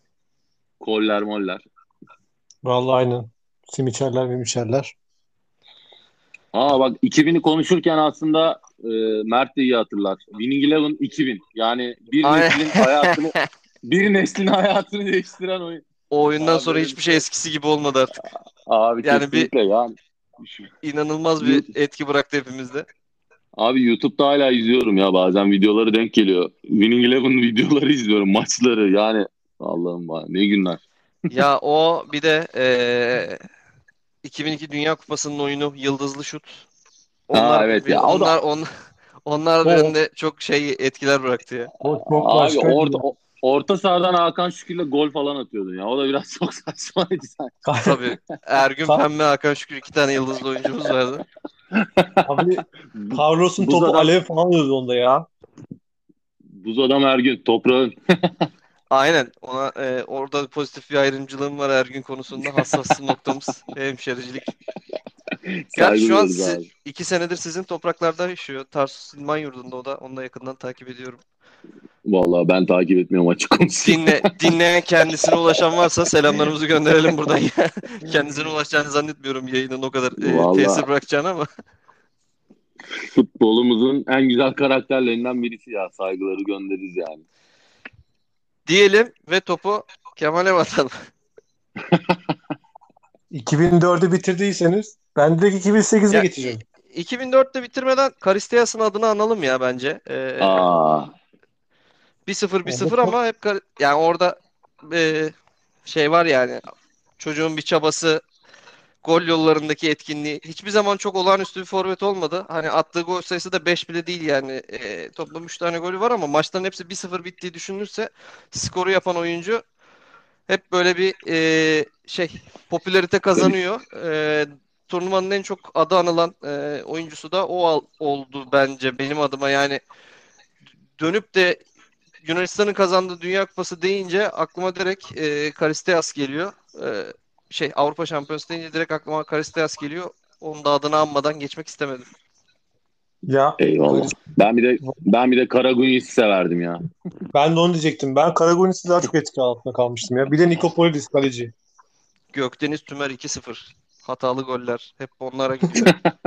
Koller moller. Vallahi aynen. Simiçerler ve miçerler. Aa bak iki bini konuşurken aslında e, Mert de iyi hatırlar. Winning Eleven iki bin. Yani bir Aynen. neslin hayatını bir neslin hayatını değiştiren oyun. O oyundan Abi sonra böyle bir hiçbir şey şey. eskisi gibi olmadı artık. Abi Yani bir kesinlikle yani. Şu- inanılmaz bir You- etki bıraktı hepimizde. Abi YouTube'da hala izliyorum ya bazen videoları denk geliyor. Winning Eleven videoları izliyorum maçları yani. Allah'ım var ne günler. Ya o bir de eee iki bin iki Dünya Kupası'nın oyunu Yıldızlı Şut. Ha Onlar evet bir ya o da onlar on onlar O, bende çok şey etkiler bıraktı ya. o çok abi başkaydı orta ya. o- orta sahadan Hakan Şükür'le gol falan atıyordun ya. O da biraz çok saçmaydı sanki. Tabii Ergün Ka- Pembe, Hakan Şükür iki tane yıldızlı oyuncumuz vardı. Abi Bu- Carlos'un Buz topu adam alev falan alıyordu onda ya. Buz adam Ergün toprağın. Aynen. Ona eee, orada pozitif bir ayrımcılığım var Ergün konusunda. Hassas noktamız hemşericilik. Gerçi Saygı şu an duyuyoruz sizi, abi. iki senedir sizin topraklarda yaşıyor. Tarsus İlman Yurdu'nda o da. Onu da yakından takip ediyorum. Vallahi ben takip etmiyorum açık konuşayım. Dinle, dinleyen kendisine ulaşan varsa selamlarımızı gönderelim buradan. Kendisine ulaşacağını zannetmiyorum yayının o kadar e, tesir Vallahi bırakacağını ama. Futbolumuzun en güzel karakterlerinden birisi ya. Saygıları göndeririz yani. Diyelim ve topu Kemal'e atalım. iki bin dördü bitirdiyseniz ben direkt iki bin sekize Ya geçeceğim. iki bin dörtte bitirmeden Karisteas'ın adını analım ya bence. Ee, Aa, bir sıfır bir Orada sıfır çok ama hep Kar- yani orada e, şey var yani çocuğun bir çabası, gol yollarındaki etkinliği hiçbir zaman çok olağanüstü bir forvet olmadı. Hani attığı gol sayısı da beş bile değil yani. E, toplam üç tane golü var ama maçların hepsi bir sıfır bittiği düşünülürse skoru yapan oyuncu hep böyle bir e, şey popülarite kazanıyor. E, turnuvanın en çok adı anılan e, oyuncusu da o al- oldu bence benim adıma. Yani dönüp de Yunanistan'ın kazandığı Dünya Kupası deyince aklıma direkt e, Karisteas geliyor. E, şey Avrupa Şampiyonası deyince direkt aklıma Karisteas geliyor. Onun da adını anmadan geçmek istemedim. ya eyvallah. Karis- Ben bir de ben bir de Karagunis'i severdim ya. ben de onu diyecektim. Ben Karagonis'i daha çok etki altında kalmıştım ya. Bir de Nikopolidis kaleci. Gökdeniz Tümer iki sıfır. Hatalı goller. Hep onlara gidiyor.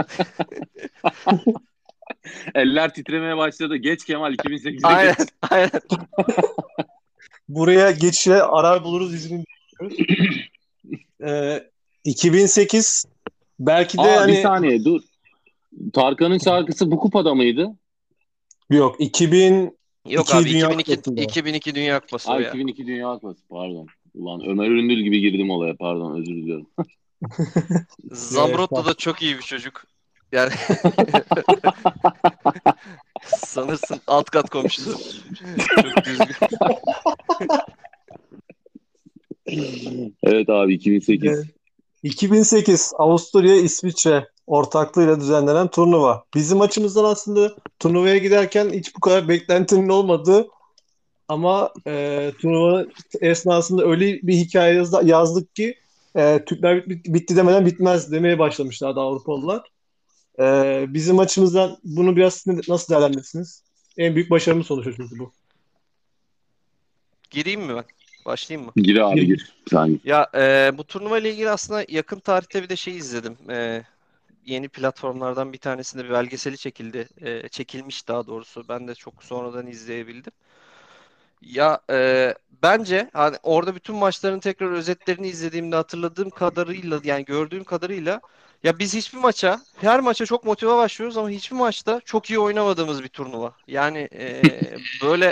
Eller titremeye başladı. Geç Kemal, iki bin sekize Aynen, geç. aynen. Buraya geçişe arar buluruz izin diyoruz. Ee, iki bin sekiz belki de Aa, bir hani saniye dur. Tarkan'ın şarkısı bu kupada mıydı? yok Yok iki bin iki abi Dünya iki bin iki Kupası'nda. iki bin iki Dünya Kupası o Aa, ya. iki bin iki Dünya Kupası, pardon. Ulan Ömer Üründül gibi girdim olaya, pardon, özür diliyorum. Ee, Zambrotta da çok iyi bir çocuk. Yani sanırsın alt kat komşusu. Çok düzgün. Evet abi, e, iki bin sekiz. iki bin sekiz Avusturya İsviçre ortaklığıyla düzenlenen turnuva. Bizim açımızdan aslında turnuvaya giderken hiç bu kadar beklentinin olmadığı ama e, turnuva esnasında öyle bir hikaye yaz- yazdık ki e, Türkler bit- bitti demeden bitmez demeye başlamışlardı Avrupalılar. E, bizim açımızdan bunu biraz ne- nasıl değerlendirirsiniz? En büyük başarımız sonuçta çünkü bu. Gireyim mi ben? Başlayayım mı? Gir abi, gir. Sen gir. Ya e, bu turnuva ile ilgili aslında yakın tarihte bir de şey izledim. E, yeni platformlardan bir tanesinde bir belgeseli çekildi. E, çekilmiş daha doğrusu. Ben de çok sonradan izleyebildim. Ya e, bence hani orada bütün maçların tekrar özetlerini izlediğimde hatırladığım kadarıyla yani gördüğüm kadarıyla ya biz hiçbir maça her maça çok motive başlıyoruz ama hiçbir maçta çok iyi oynamadığımız bir turnuva. Yani e, böyle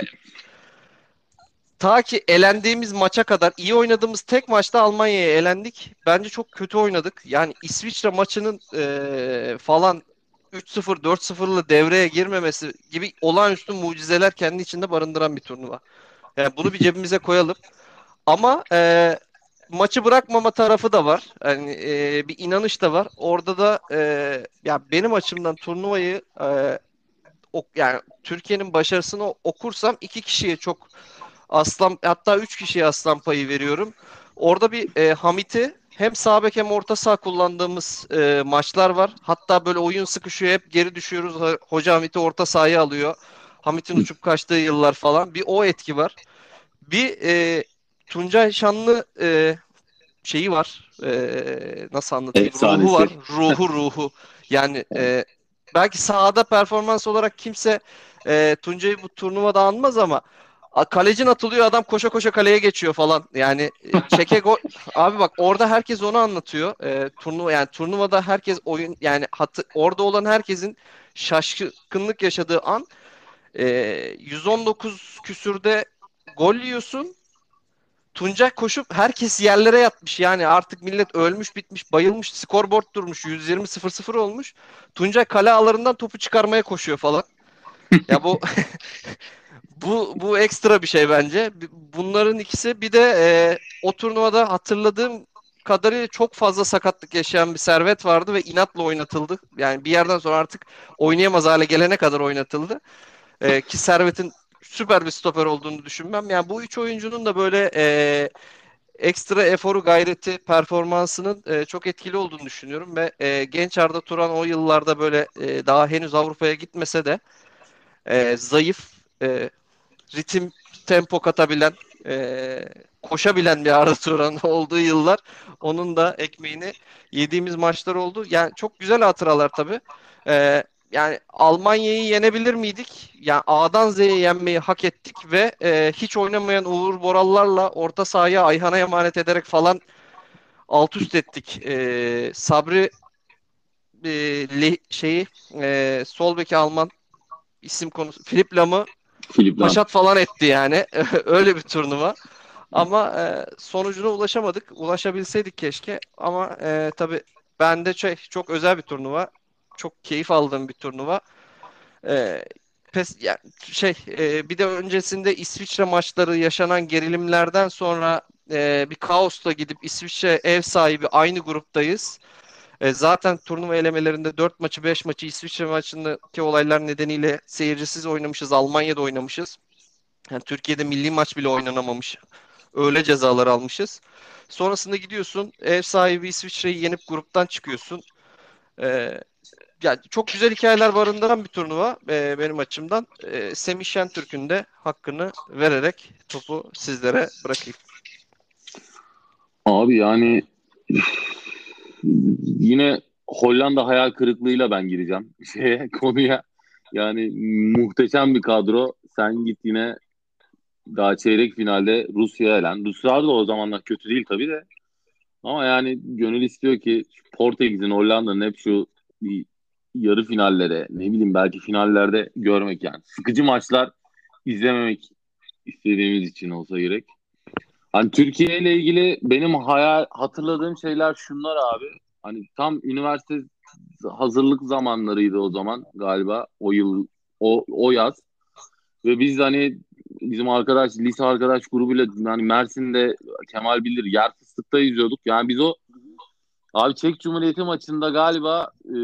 ta ki elendiğimiz maça kadar iyi oynadığımız tek maçta Almanya'ya elendik. Bence çok kötü oynadık. Yani İsviçre maçının e, falan üç sıfır dört sıfırlı devreye girmemesi gibi olağanüstü mucizeler kendi içinde barındıran bir turnuva. Yani bunu bir cebimize koyalım. Ama e, maçı bırakmama tarafı da var. Yani e, bir inanış da var. Orada da e, ya benim açımdan turnuvayı e, ok, yani Türkiye'nin başarısını okursam iki kişiye çok aslan hatta üç kişiye aslan payı veriyorum. Orada bir e, Hamit'i hem sağ bek hem orta saha kullandığımız e, maçlar var. Hatta böyle oyun sıkışıyor hep geri düşüyoruz. Ho- Hoca Hamit'i orta sahaya alıyor. Hamit'in uçup kaçtığı yıllar falan. Bir o etki var. Bir e, Tuncay Şanlı e, şeyi var. E, nasıl anlatayım? Ruhu var. Efsanesi. Ruhu ruhu. Yani e, belki sahada performans olarak kimse e, Tuncay'ı bu turnuvada anmaz ama a- kalecin atılıyor adam koşa koşa kaleye geçiyor falan. Yani e, çeke gol. Abi bak orada herkes onu anlatıyor. E, turnuva yani turnuvada herkes oyun yani hatı, orada olan herkesin şaşkınlık yaşadığı an e, yüz on dokuz küsürde gol yiyorsun. Tuncay koşup herkes yerlere yatmış. Yani artık millet ölmüş bitmiş bayılmış. Skorboard durmuş. yüz yirmi sıfır sıfır olmuş. Tuncay kale ağlarından topu çıkarmaya koşuyor falan. Ya bu bu bu ekstra bir şey bence. Bunların ikisi bir de e, o turnuvada hatırladığım kadarıyla çok fazla sakatlık yaşayan bir Servet vardı ve inatla oynatıldı. Yani bir yerden sonra artık oynayamaz hale gelene kadar oynatıldı. E, ki Servet'in süper bir stoper olduğunu düşünmem. Yani bu üç oyuncunun da böyle e, ekstra eforu, gayreti, performansının e, çok etkili olduğunu düşünüyorum ve e, genç Arda Turan o yıllarda böyle e, daha henüz Avrupa'ya gitmese de e, zayıf, e, ritim, tempo katabilen, e, koşabilen bir Arda Turan olduğu yıllar onun da ekmeğini yediğimiz maçlar oldu. Yani çok güzel hatıralar tabii. E, yani Almanya'yı yenebilir miydik? Yani A'dan Z'ye yenmeyi hak ettik ve e, hiç oynamayan Uğur Borallarla orta sahaya Ayhan'a emanet ederek falan alt üst ettik. E, Sabri e, le- şeyi e, sol beki Alman isim konusu Filip Lam'ı Filip Lam. haşat falan etti yani. Öyle bir turnuva. Ama e, sonucuna ulaşamadık. Ulaşabilseydik keşke. Ama e, tabii bende şey, çok özel bir turnuva. Çok keyif aldığım bir turnuva. E, pes, yani şey e, bir de öncesinde İsviçre maçları yaşanan gerilimlerden sonra e, bir kaosla gidip İsviçre ev sahibi aynı gruptayız. E, zaten turnuva elemelerinde dört maçı beş maçı İsviçre maçındaki olaylar nedeniyle seyircisiz oynamışız. Almanya'da oynamışız. Yani Türkiye'de milli maç bile oynanamamış. Öyle cezalar almışız. Sonrasında gidiyorsun ev sahibi İsviçre'yi yenip gruptan çıkıyorsun. Ee, yani çok güzel hikayeler barındıran bir turnuva e, benim açımdan. E, Semih Şentürk'ün de hakkını vererek topu sizlere bırakayım. Abi yani yine Hollanda hayal kırıklığıyla ben gireceğim şeye konuya. Yani muhteşem bir kadro. Sen git yine daha çeyrek finalde Rusya'ya elen. Ruslar da o zamanlar kötü değil tabii de. Ama yani gönül istiyor ki Portekiz'in, Hollanda'nın hep şu bir yarı finallere, ne bileyim belki finallerde görmek yani. Sıkıcı maçlar izlememek istediğimiz için olsa gerek. Hani Türkiye ile ilgili benim hayal hatırladığım şeyler şunlar abi. Hani tam üniversite hazırlık zamanlarıydı o zaman galiba o yıl o o yaz ve biz hani bizim arkadaş lise arkadaş grubuyla hani Mersin'de Kemal bilir yer fıstıkta izliyorduk. Yani biz o abi Çek Cumhuriyeti maçında galiba e,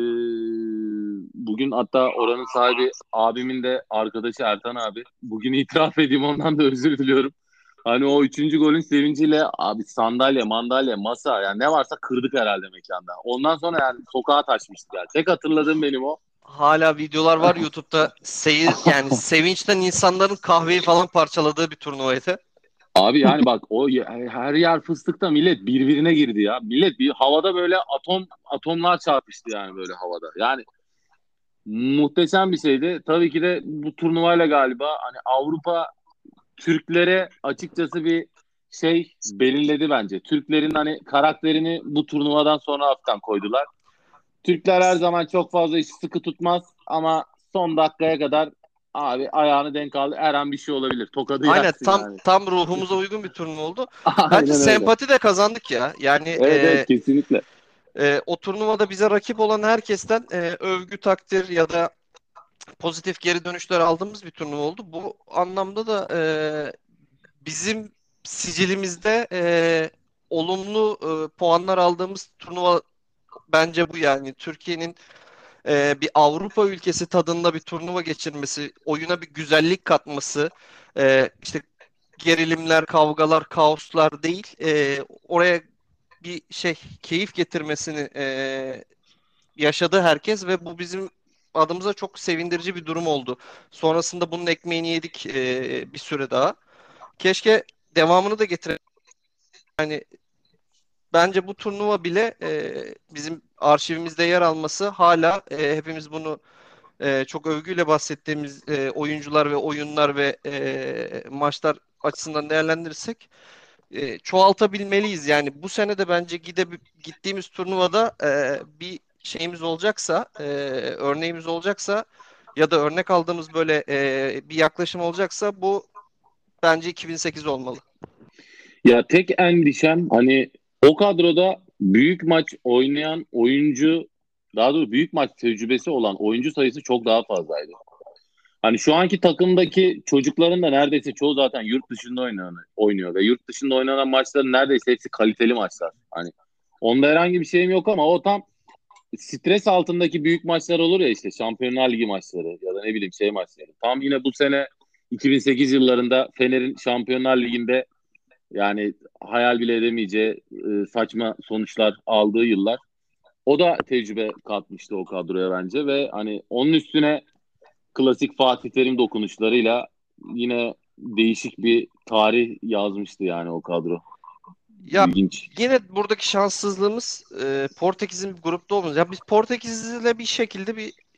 bugün hatta oranın sahibi abimin de arkadaşı Ertan abi. Bugün itiraf edeyim ondan da özür diliyorum. Hani o üçüncü golün sevinciyle abi sandalye, mandalye, masa yani ne varsa kırdık herhalde mekanda. Ondan sonra yani sokağa taşmıştık yani. Tek hatırladığım benim o. Hala videolar var YouTube'da. Seyir, yani sevinçten insanların kahveyi falan parçaladığı bir turnuvaydı. Abi yani bak o ye- her yer fıstıkta millet birbirine girdi ya. Millet bir havada böyle atom atomlar çarpıştı yani böyle havada. Yani muhteşem bir şeydi. Tabii ki de bu turnuvayla galiba hani Avrupa Türklere açıkçası bir şey belirledi bence. Türklerin hani karakterini bu turnuvadan sonra hafiften koydular. Türkler her zaman çok fazla işi sıkı tutmaz ama son dakikaya kadar abi ayağını denk al. Her an bir şey olabilir. Tokadı Aynen, yersin tam yani. tam ruhumuza uygun bir turnuva oldu. Bence Aynen öyle. sempati de kazandık ya. Yani Evet evet e, kesinlikle. e, o turnuvada bize rakip olan herkesten e, övgü, takdir ya da pozitif geri dönüşler aldığımız bir turnuva oldu. Bu anlamda da e, bizim sicilimizde e, olumlu e, puanlar aldığımız turnuva bence bu yani. Türkiye'nin e, bir Avrupa ülkesi tadında bir turnuva geçirmesi, oyuna bir güzellik katması, e, işte gerilimler, kavgalar, kaoslar değil, e, oraya bir şey keyif getirmesini e, yaşadı herkes ve bu bizim adımıza çok sevindirici bir durum oldu. Sonrasında bunun ekmeğini yedik e, bir süre daha. Keşke devamını da getirelim. Yani bence bu turnuva bile e, bizim arşivimizde yer alması hala e, hepimiz bunu e, çok övgüyle bahsettiğimiz e, oyuncular ve oyunlar ve e, maçlar açısından değerlendirirsek e, çoğaltabilmeliyiz. Yani bu sene de bence gide, gittiğimiz turnuvada e, bir şeyimiz olacaksa, e, örneğimiz olacaksa ya da örnek aldığımız böyle e, bir yaklaşım olacaksa bu bence iki bin sekiz olmalı. Ya tek endişem hani o kadroda büyük maç oynayan oyuncu daha doğrusu büyük maç tecrübesi olan oyuncu sayısı çok daha fazlaydı. Hani şu anki takımdaki çocukların da neredeyse çoğu zaten yurt dışında oynayan, oynuyor ve yurt dışında oynanan maçların neredeyse hepsi kaliteli maçlar. Hani onda herhangi bir şeyim yok ama o tam stres altındaki büyük maçlar olur ya işte Şampiyonlar Ligi maçları ya da ne bileyim şey maçları. Tam yine bu sene iki bin sekiz yıllarında Fener'in Şampiyonlar Ligi'nde yani hayal bile edemeyeceği e, saçma sonuçlar aldığı yıllar. O da tecrübe katmıştı o kadroya bence ve hani onun üstüne klasik Fatih Terim dokunuşlarıyla yine değişik bir tarih yazmıştı yani o kadro. Ya İlginç. yine buradaki şanssızlığımız e, Portekiz'in bir grupta olmamız. Ya biz Portekiz'le bir şekilde bir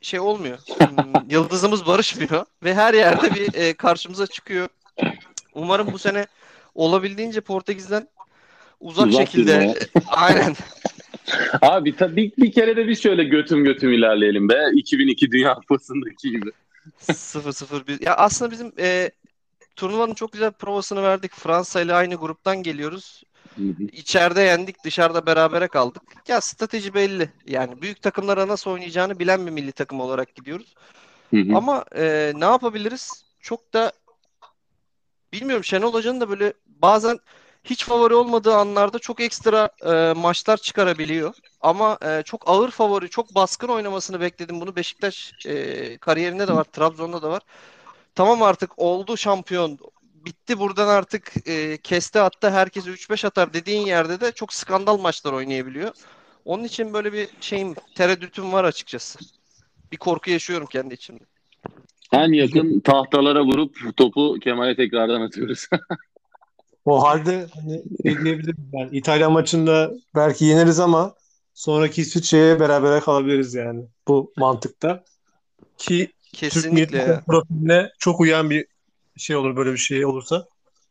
şey olmuyor. Hmm, Yıldızımız barışmıyor ve her yerde bir e, karşımıza çıkıyor. Umarım bu sene olabildiğince Portekiz'den uzak Uzak şekilde durmaya. e, aynen Abi ta- bir, bir kere de biz şöyle götüm götüm ilerleyelim be. iki bin iki Dünya Kupası'ndaki gibi. sıfır sıfır bir. Ya aslında bizim e, turnuvanın çok güzel provasını verdik. Fransa ile aynı gruptan geliyoruz. Hı hı. İçeride yendik, dışarıda berabere kaldık. Ya strateji belli. Yani büyük takımlara nasıl oynayacağını bilen bir milli takım olarak gidiyoruz. Hı hı. Ama e, ne yapabiliriz? Çok da bilmiyorum. Şenol Hoca'nın da böyle bazen hiç favori olmadığı anlarda çok ekstra e, maçlar çıkarabiliyor. Ama e, çok ağır favori, çok baskın oynamasını bekledim. Bunu Beşiktaş e, kariyerinde de var, Trabzon'da da var. Tamam artık oldu şampiyon. Bitti buradan artık e, keste attı. Herkese üç beş atar dediğin yerde de çok skandal maçlar oynayabiliyor. Onun için böyle bir şeyim, tereddütüm var açıkçası. Bir korku yaşıyorum kendi içimde. En yakın tahtalara vurup topu Kemal'e tekrardan atıyoruz. O halde hani şey diyebilirim ben. İtalya maçında belki yeneriz ama sonraki İsviçre'ye berabere kalabiliriz yani bu mantıkta. Ki Türk milli Kesinlikle takım ya. profiline çok uyan bir şey olur böyle bir şey olursa.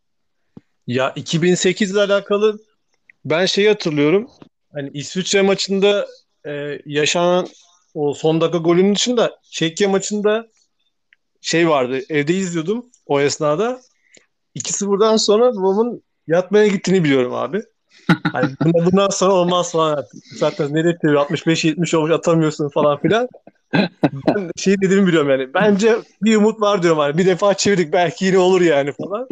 Ya iki bin sekiz ile alakalı ben şeyi hatırlıyorum. Hani İsviçre maçında e, yaşanan o son dakika golünün dışında Çekya maçında şey vardı. Evde izliyordum o esnada. iki sıfırdan sonra babamın yatmaya gittiğini biliyorum abi. Hani bundan, bundan sonra olmaz falan artık. Zaten nereye çeviriyor? altmış beş yetmiş olmuş atamıyorsun falan filan. Ben şey dediğimi biliyorum yani. Bence bir umut var diyorum hani. Bir defa çevirdik belki yine olur yani falan.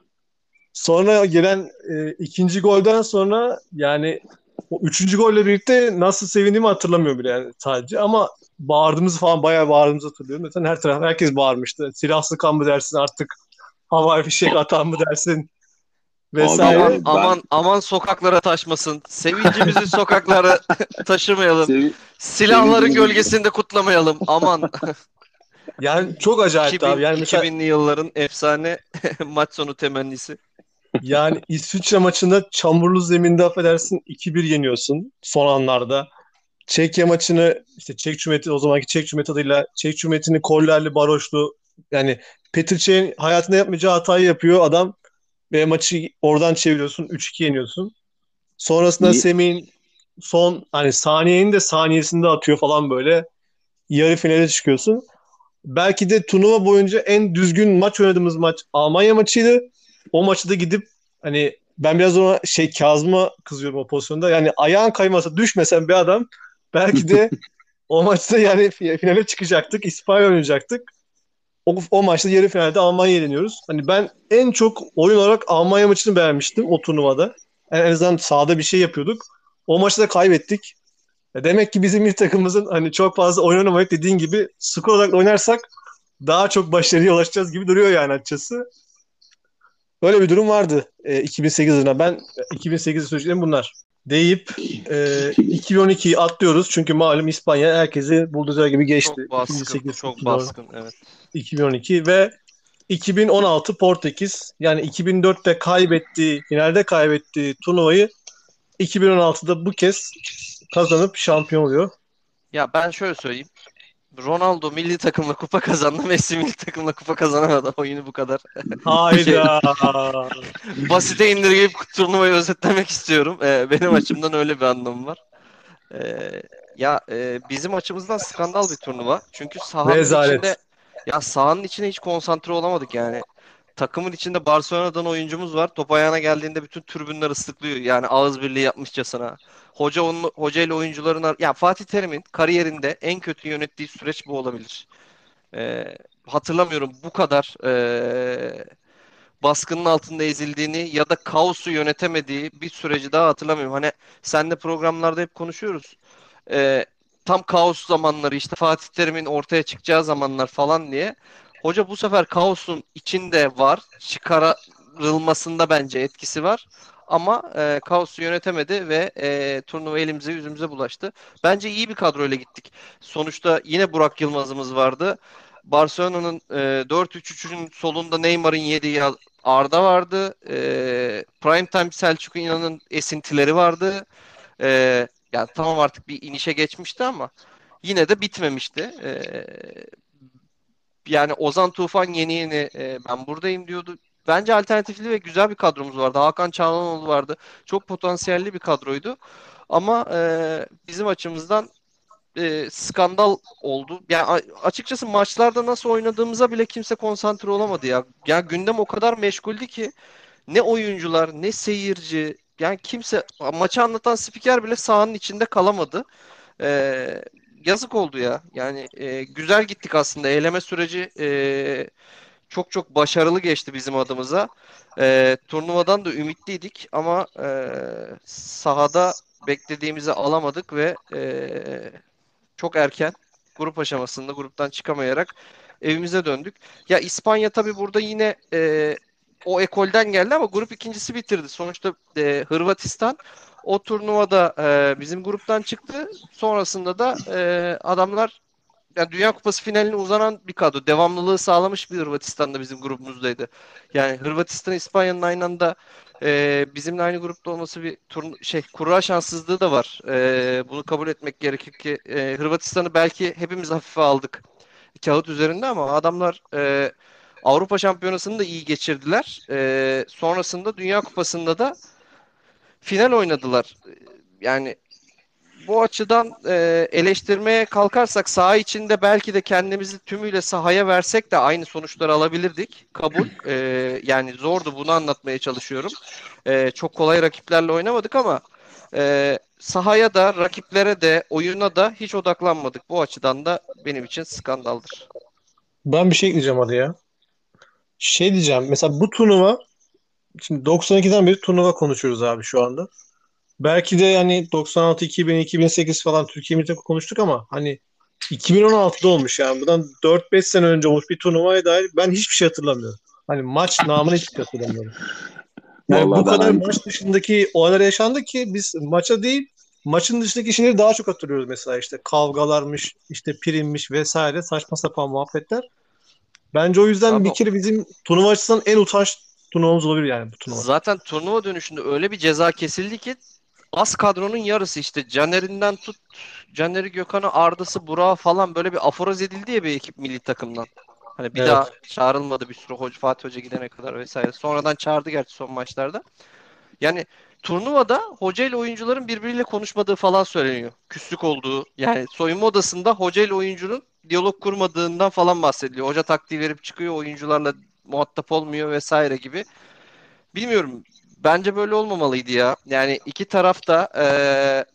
Sonra gelen e, ikinci golden sonra yani o üçüncü golle birlikte nasıl sevindiğimi hatırlamıyorum bile yani sadece. Ama bağırdığımızı falan bayağı bağırdığımızı hatırlıyorum. Zaten her taraf herkes bağırmıştı. Silahlı kan mı dersin artık havai fişek atan mı dersin Abi Aman vesaire. yani ben aman aman sokaklara taşmasın. Sevincimizi sokaklara taşımayalım. sevi Silahların sevincimizi gölgesinde kutlamayalım. Aman. Yani çok acayipti abi. iki bin Yani mesela iki binli yılların efsane maç sonu temennisi. yani İsviçre maçında çamurlu zeminde affedersin iki bir yeniyorsun son anlarda. Çekya maçını işte Çek Cumhuriyeti o zamanki Çek Cumhuriyeti adıyla Çek Cumhuriyeti'ni Kollerli, Baroşlu yani Petr Çek'in hayatında yapmayacağı hatayı yapıyor adam ve maçı oradan çeviriyorsun üç iki yeniyorsun. Sonrasında iyi. Semih'in son hani saniyenin de saniyesinde atıyor falan böyle. Yarı finale çıkıyorsun. Belki de turnuva boyunca en düzgün maç oynadığımız maç Almanya maçıydı. O maçı da gidip hani ben biraz ona şey Kazım'a kızıyorum o pozisyonda. Yani ayağın kaymasa düşmesen bir adam belki de o maçta yani finale çıkacaktık. İspanya oynayacaktık. O, o maçta yarı finalde Almanya yeniyoruz. Hani ben en çok oyun olarak Almanya maçını beğenmiştim o turnuvada. Yani en azından sahada bir şey yapıyorduk. O maçta da kaybettik. Ya demek ki bizim bir takımımızın hani çok fazla oynanamayıp dediğin gibi skor olarak oynarsak daha çok başarıya ulaşacağız gibi duruyor yani açıkçası. Böyle bir durum vardı e, iki bin sekiz yılında. Ben e, iki bin sekiz söyleyeceklerim bunlar. Deyip e, iki bin on ikiyi atlıyoruz. Çünkü malum İspanya herkesi buldozer gibi geçti. Çok baskın, çok iki bin sekiz, baskın. Evet. iki bin on iki ve iki bin on altı Portekiz yani iki bin dörtte kaybettiği, finalde kaybettiği turnuvayı iki bin on altıda bu kez kazanıp şampiyon oluyor. Ya ben şöyle söyleyeyim. Ronaldo milli takımla kupa kazandı. Messi milli takımla kupa kazanamadı. Oyunu bu kadar şey Hayda. basite indirgeyip turnuvayı özetlemek istiyorum. Ee, benim açımdan öyle bir anlamı var. Ee, ya e, bizim açımızdan skandal bir turnuva. Çünkü sahanın içinde Rezalet. ya sahanın içine hiç konsantre olamadık yani. Takımın içinde Barcelona'dan oyuncumuz var. Top ayağına geldiğinde bütün tribünler ıslıklıyor. Yani ağız birliği yapmışçasına. Hoca onun hoca ile oyuncuların ar- ya Fatih Terim'in kariyerinde en kötü yönettiği süreç bu olabilir. Ee, hatırlamıyorum bu kadar ee, baskının altında ezildiğini ya da kaosu yönetemediği bir süreci daha hatırlamıyorum. Hani senle programlarda hep konuşuyoruz. Ee, tam kaos zamanları işte Fatih Terim'in ortaya çıkacağı zamanlar falan diye. Hoca bu sefer kaosun içinde var. Çıkarılmasında bence etkisi var. Ama e, kaosu yönetemedi ve e, turnuva elimize yüzümüze bulaştı. Bence iyi bir kadroyla gittik. Sonuçta yine Burak Yılmaz'ımız vardı. Barcelona'nın e, dört üç üçün solunda Neymar'ın yediği Arda vardı. E, Primetime Selçuk İnan'ın esintileri vardı. E, yani tamam artık bir inişe geçmişti ama yine de bitmemişti. E, yani Ozan Tufan yeni yeni e, ben buradayım diyordu. Bence alternatifli ve güzel bir kadromuz vardı. Hakan Çalhanoğlu vardı. Çok potansiyelli bir kadroydu. Ama e, bizim açımızdan e, skandal oldu. Yani a- açıkçası maçlarda nasıl oynadığımıza bile kimse konsantre olamadı ya. Ya gündem o kadar meşguldü ki ne oyuncular ne seyirci yani kimse maçı anlatan spiker bile sahanın içinde kalamadı. E, yazık oldu ya. Yani e, güzel gittik aslında. Eleme süreci e, çok çok başarılı geçti bizim adımıza. E, turnuvadan da ümitliydik ama e, sahada beklediğimizi alamadık ve e, çok erken grup aşamasında gruptan çıkamayarak evimize döndük. Ya İspanya tabii burada yine e, o ekolden geldi ama grup ikincisi bitirdi. Sonuçta e, Hırvatistan o turnuvada e, bizim gruptan çıktı. Sonrasında da e, adamlar yani Dünya Kupası finaline uzanan bir kadro. Devamlılığı sağlamış bir Hırvatistan da bizim grubumuzdaydı. Yani Hırvatistan, İspanya'nın aynı anda e, bizimle aynı grupta olması bir turn şey kura şanssızlığı da var. E, bunu kabul etmek gerekir ki e, Hırvatistan'ı belki hepimiz hafife aldık kağıt üzerinde ama adamlar e, Avrupa Şampiyonası'nı da iyi geçirdiler. E, sonrasında Dünya Kupası'nda da final oynadılar. Yani bu açıdan e, eleştirmeye kalkarsak saha içinde belki de kendimizi tümüyle sahaya versek de aynı sonuçları alabilirdik. Kabul. E, yani zordu bunu anlatmaya çalışıyorum. E, çok kolay rakiplerle oynamadık ama e, sahaya da rakiplere de oyuna da hiç odaklanmadık. Bu açıdan da benim için skandaldır. Ben bir şey ekleyeceğim araya. Şey diyeceğim. Mesela bu turnuva şimdi doksan ikiden beri turnuva konuşuyoruz abi şu anda. Belki de yani doksan altı, iki bin, iki bin sekiz falan Türkiye Milli Takımı konuştuk ama hani iki bin on altıda olmuş yani. Bundan dört beş sene önce olmuş bir turnuvaya dair ben hiçbir şey hatırlamıyorum. Hani maç namına hiçbir şey hatırlamıyorum. Yani bu Vallahi ben kadar aynı. maç dışındaki olaylar yaşandı ki biz maça değil maçın dışındaki şeyleri daha çok hatırlıyoruz mesela işte kavgalarmış, işte primmiş vesaire saçma sapan muhabbetler. Bence o yüzden Abi bir kere bizim turnuva açısından en utanç turnuvamız olabilir yani bu turnuva. zaten turnuva dönüşünde öyle bir ceza kesildi ki az kadronun yarısı işte Caner'inden tut Caner'i Gökhan'ı Arda'sı Burak'ı falan böyle bir aforoz edildi ya bir ekip milli takımdan. Hani bir daha Evet. çağrılmadı bir sürü hoca, Fatih Hoca gidene kadar vesaire. Sonradan çağırdı gerçi son maçlarda. Yani turnuvada hoca ile oyuncuların birbiriyle konuşmadığı falan söyleniyor. Küslük olduğu yani soyunma odasında hoca ile oyuncunun diyalog kurmadığından falan bahsediliyor. Hoca taktiği verip çıkıyor oyuncularla muhatap olmuyor vesaire gibi. Bilmiyorum. Bence böyle olmamalıydı ya. Yani iki taraf da eee,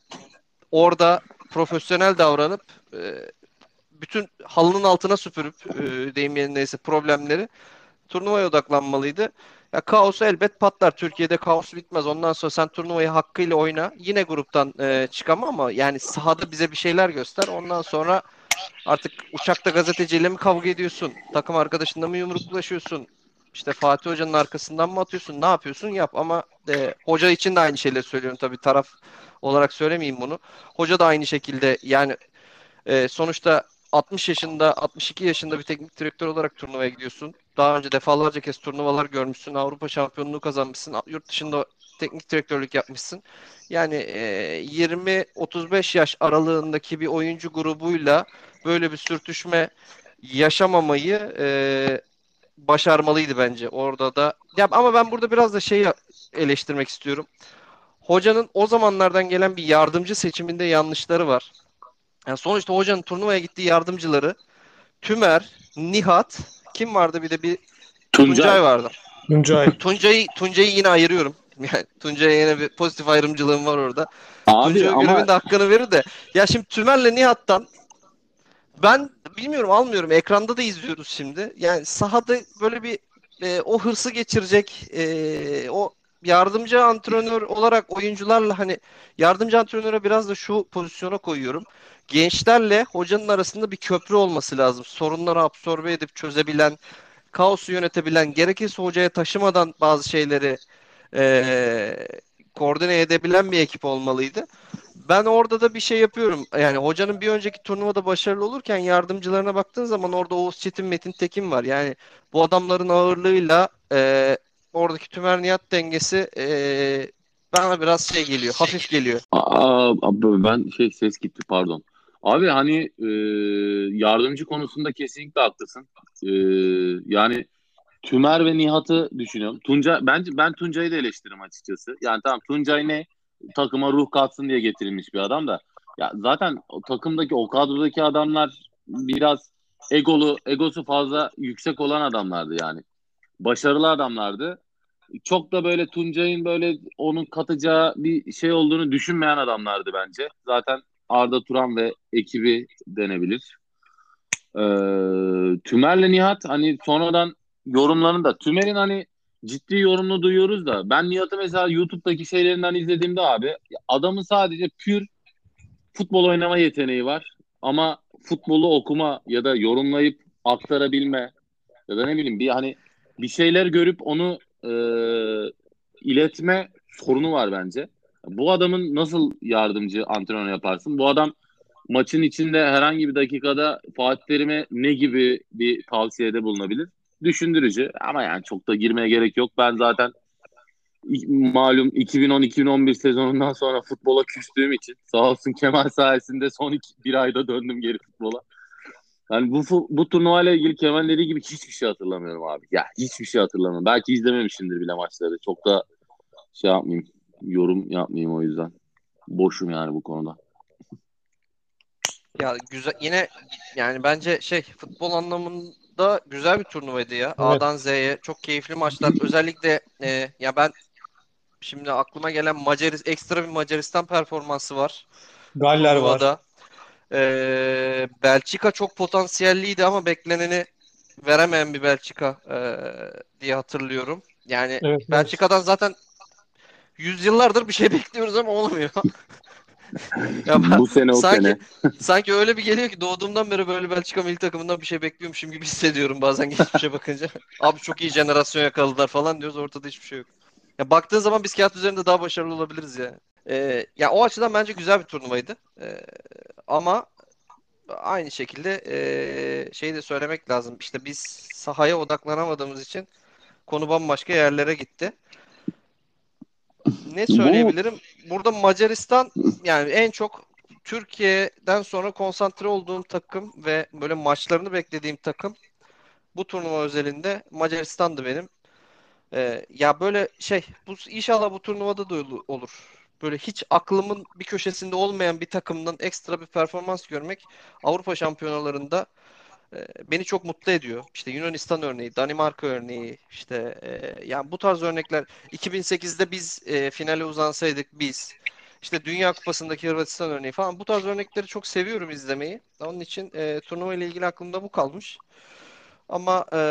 orada profesyonel davranıp eee, bütün halının altına süpürüp eee deyim yerindeyse problemleri turnuvaya odaklanmalıydı. Ya kaos elbet patlar. Türkiye'de kaos bitmez. Ondan sonra sen turnuvayı hakkıyla oyna. Yine gruptan eee çıkama ama yani sahada bize bir şeyler göster. Ondan sonra artık uçakta gazeteciyle mi kavga ediyorsun? Takım arkadaşınla mı yumruklaşıyorsun? İşte Fatih Hoca'nın arkasından mı atıyorsun? Ne yapıyorsun? Yap. Ama e, hoca için de aynı şeyleri söylüyorum tabii taraf olarak söylemeyeyim bunu. Hoca da aynı şekilde yani e, sonuçta altmış yaşında, altmış iki yaşında bir teknik direktör olarak turnuvaya gidiyorsun. Daha önce defalarca kez turnuvalar görmüşsün. Avrupa şampiyonluğu kazanmışsın. Yurt dışında teknik direktörlük yapmışsın. Yani e, yirmi otuz beş yaş aralığındaki bir oyuncu grubuyla böyle bir sürtüşme yaşamamayı e, başarmalıydı bence orada da. Ya ama ben burada biraz da şeyi eleştirmek istiyorum. Hocanın o zamanlardan gelen bir yardımcı seçiminde yanlışları var. Yani sonuçta hocanın turnuvaya gittiği yardımcıları Tümer, Nihat, kim vardı bir de bir Tuncay. Tuncay vardı. Tuncay. Tuncay'ı Tuncay'ı yine ayırıyorum. Yani Tuncay'a yine bir pozitif ayrımcılığım var orada. Abi Tuncay o ama görevin de hakkını verir de. Ya şimdi Tümer'le Nihat'tan ben bilmiyorum almıyorum. Ekranda da izliyoruz şimdi. Yani sahada böyle bir e, o hırsı geçirecek e, o yardımcı antrenör olarak oyuncularla hani yardımcı antrenöre biraz da şu pozisyona koyuyorum. Gençlerle hocanın arasında bir köprü olması lazım. Sorunları absorbe edip çözebilen, kaosu yönetebilen, gerekirse hocaya taşımadan bazı şeyleri e, koordine edebilen bir ekip olmalıydı. Ben orada da bir şey yapıyorum. Yani hocanın bir önceki turnuvada başarılı olurken yardımcılarına baktığın zaman orada Oğuz Çetin, Metin Tekin var. Yani bu adamların ağırlığıyla e, oradaki Tümer Nihat dengesi e, bana biraz şey geliyor, hafif geliyor. aa, abi ben şey ses gitti pardon. Abi hani e, yardımcı konusunda kesinlikle haklısın. E, yani Tümer ve Nihat'ı düşünüyorum. Tunca bence ben Tuncay'ı da eleştiririm açıkçası. Yani tamam, Tuncay ne? Takıma ruh katsın diye getirilmiş bir adam da. Ya zaten o takımdaki o kadrodaki adamlar biraz egolu, egosu fazla yüksek olan adamlardı yani. Başarılı adamlardı. Çok da böyle Tuncay'ın böyle onun katacağı bir şey olduğunu düşünmeyen adamlardı bence. Zaten Arda Turan ve ekibi denebilir. Ee, Tümer'le Nihat hani sonradan yorumlarını da Tümer'in hani ciddi yorumunu duyuyoruz da ben Nihat'ı mesela YouTube'daki şeylerinden izlediğimde abi adamın sadece pür futbol oynama yeteneği var ama futbolu okuma ya da yorumlayıp aktarabilme ya da ne bileyim bir hani bir şeyler görüp onu e, iletme sorunu var bence. Bu adamın nasıl yardımcı antrenör yaparsın? Bu adam maçın içinde herhangi bir dakikada Fatih Terim'e ne gibi bir tavsiyede bulunabilir? Düşündürücü ama yani çok da girmeye gerek yok. Ben zaten malum iki bin on-iki bin on bir sezonundan sonra futbola küstüğüm için sağ olsun Kemal sayesinde son iki, bir ayda döndüm geri futbola. Yani bu bu turnuvayla ilgili Kemal dediği gibi hiçbir şey hatırlamıyorum abi. Ya hiçbir şey hatırlamıyorum. Belki izlememişimdir bile maçları. Çok da şey yapmayayım. Yorum yapmayayım o yüzden. Boşum yani bu konuda. Ya güzel yine yani bence şey futbol anlamında güzel bir turnuvaydı ya. Evet. A'dan Z'ye çok keyifli maçlar. Özellikle e, ya ben şimdi aklıma gelen Macaris ekstra bir Macaristan performansı var Galler var. turnuvada. E, Belçika çok potansiyelliydi ama bekleneni veremeyen bir Belçika e, diye hatırlıyorum. Yani Evet, evet. Belçika'dan zaten yüzyıllardır bir şey bekliyoruz ama olmuyor. Ya ben Bu sene o sanki sene. sanki öyle bir geliyor ki doğduğumdan beri böyle Belçika milli takımından bir şey bekliyormuşum gibi hissediyorum bazen geçmişe bakınca. Abi çok iyi jenerasyon yakaladılar falan diyoruz, ortada hiçbir şey yok. Ya baktığın zaman biz kağıt üzerinde daha başarılı olabiliriz yani. Ee, ya o açıdan bence güzel bir turnuvaydı. Ee, ama aynı şekilde ee, şeyi de söylemek lazım. İşte biz sahaya odaklanamadığımız için konu bambaşka yerlere gitti. Ne Bu söyleyebilirim? Burada Macaristan yani en çok Türkiye'den sonra konsantre olduğum takım ve böyle maçlarını beklediğim takım bu turnuva özelinde Macaristan'dı benim. Ee, ya böyle şey bu inşallah bu turnuvada da olu- olur. Böyle hiç aklımın bir köşesinde olmayan bir takımdan ekstra bir performans görmek Avrupa şampiyonalarında e, beni çok mutlu ediyor. İşte Yunanistan örneği, Danimarka örneği, işte e, yani bu tarz örnekler. iki bin sekizde biz e, finale uzansaydık biz. İşte Dünya Kupası'ndaki Hırvatistan örneği falan. Bu tarz örnekleri çok seviyorum izlemeyi. Onun için e, turnuva ile ilgili aklımda bu kalmış. Ama e,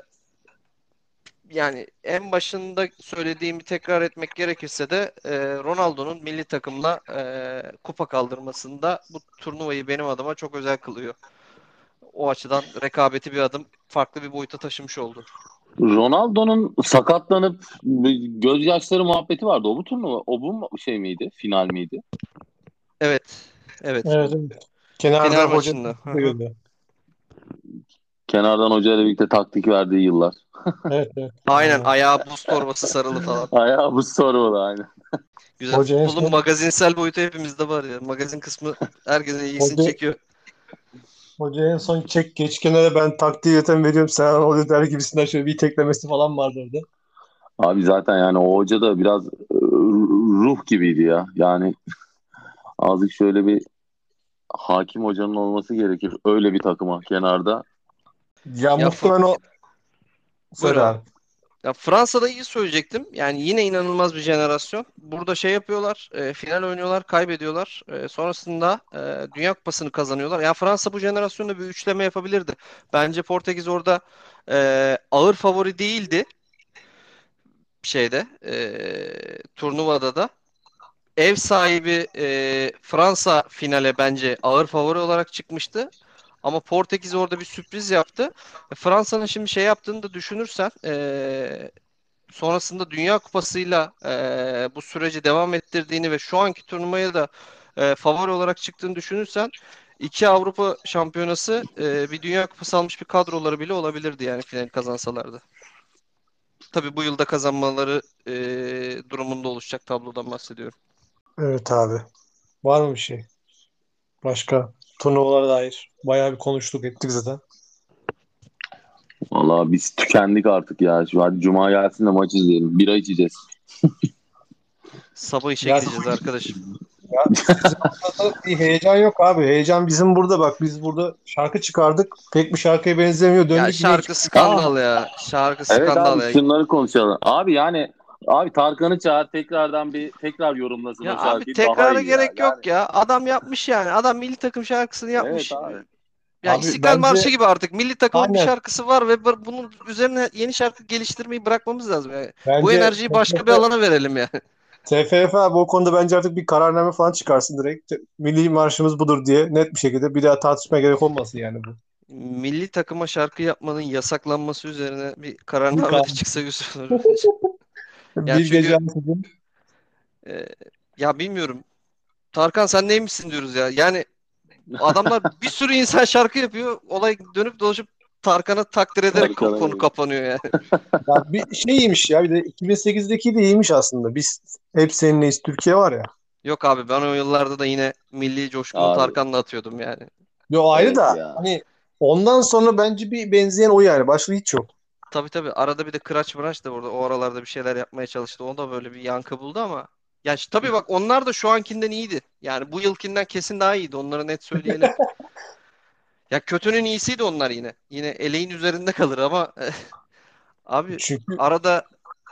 yani en başında söylediğimi tekrar etmek gerekirse de e, Ronaldo'nun milli takımla e, kupa kaldırmasında bu turnuvayı benim adıma çok özel kılıyor. O açıdan rekabeti bir adım farklı bir boyuta taşımış oldu. Ronaldo'nun sakatlanıp gözyaşları muhabbeti vardı. O bu turnuva. O bu şey miydi? Final miydi? Evet. Evet. Evet, evet. Kenarda Final hoca maçında. Hı hı. görüyordu. Kenardan hocayla birlikte taktik verdiği yıllar. Evet, evet. Aynen, Aynen. ayağı buz torbası sarılı falan. Ayağı bu sormalı aynen. Güzel. Hoca en Futbolun son magazinsel boyutu hepimizde var ya. Magazin kısmı herkesin ilgisini hoca, çekiyor. hoca en son çek geç kenara ben taktiği zaten veriyorum sen oluyor der gibisinden şöyle bir teklemesi falan vardı orada. Abi zaten yani o hoca da biraz e, ruh gibiydi ya. Yani azıcık şöyle bir hakim hocanın olması gerekir. Öyle bir takıma kenarda. Ya Ya Fr- muhtemelen o buyur söyle abi. abi. Ya Fransa'da iyi söyleyecektim. Yani yine inanılmaz bir jenerasyon. Burada şey yapıyorlar, e, final oynuyorlar, kaybediyorlar. E, sonrasında e, Dünya Kupası'nı kazanıyorlar. Ya Fransa bu jenerasyonda bir üçleme yapabilirdi. Bence Portekiz orada e, ağır favori değildi şeyde, e, turnuvada da. Ev sahibi e, Fransa finale bence ağır favori olarak çıkmıştı. Ama Portekiz orada bir sürpriz yaptı. E, Fransa'nın şimdi şey yaptığını da düşünürsen, e, sonrasında Dünya Kupası'yla e, bu süreci devam ettirdiğini ve şu anki turnuvaya da e, favori olarak çıktığını düşünürsen iki Avrupa Şampiyonası, e, bir Dünya Kupası almış bir kadroları bile olabilirdi yani final kazansalardı. Tabii bu yılda kazanmaları e, durumunda oluşacak tablodan bahsediyorum. Evet abi. Var mı bir şey? Başka turnuvalara dair bayağı bir konuştuk ettik zaten. Valla biz tükendik artık ya. Şu hadi Cuma gelsin de maç izleyelim. Bira içeceğiz. Sabah işe Ya- gideceğiz arkadaşım. Ya sizin ortada bir heyecan yok abi. Heyecan bizim burada bak. Biz burada şarkı çıkardık. Pek bir şarkıya benzemiyor. Döndük Ya yine şarkı skandal ya. Şarkı Evet skandal abi ya. şunları konuşalım. Abi yani abi Tarkan'ı çağır tekrardan bir tekrar yorumlasın Ya o abi şarkıyı. Daha tekrara iyi ya. gerek Yani, yok ya. Adam yapmış yani. Adam milli takım şarkısını yapmış. Evet abi. Ya Abi İstiklal bence- Marşı gibi artık. Milli takımın bir Aynen. şarkısı var ve bu- bunun üzerine yeni şarkı geliştirmeyi bırakmamız lazım. Yani. Bence Bu enerjiyi başka bir alana verelim yani. T F F abi o konuda bence artık bir kararname falan çıkarsın direkt. Milli marşımız budur diye net bir şekilde bir daha tartışmaya gerek olmasın yani bu. Milli takıma şarkı yapmanın yasaklanması üzerine bir kararname de Kan- çıksa güzel olur bence. Ya bir çünkü- gece ansızın. Ee, ya bilmiyorum. Tarkan sen neymişsin diyoruz ya. Yani adamlar bir sürü insan şarkı yapıyor. Olay dönüp dolaşıp Tarkan'ı takdir ederek Tarkan'a konu geliyor. kapanıyor yani. Ya bir şey iyiymiş ya bir de iki bin sekizdeki de iyiymiş aslında. Biz hep seninleyiz Türkiye var ya. Yok abi ben o yıllarda da yine milli coşkunu Abi. Tarkan'la atıyordum yani. Yo ayrı Evet da ya. hani ondan sonra bence bir benzeyen o yani. Başka hiç yok. Tabii tabii arada bir de Kıraç Mıraç da orada o aralarda bir şeyler yapmaya çalıştı. O da böyle bir yankı buldu ama ya ş- tabii bak onlar da şu ankinden iyiydi. Yani bu yılkinden kesin daha iyiydi. Onları net söyleyelim. Ya kötünün iyisiydi onlar yine. Yine eleğin üzerinde kalır ama abi Çünkü arada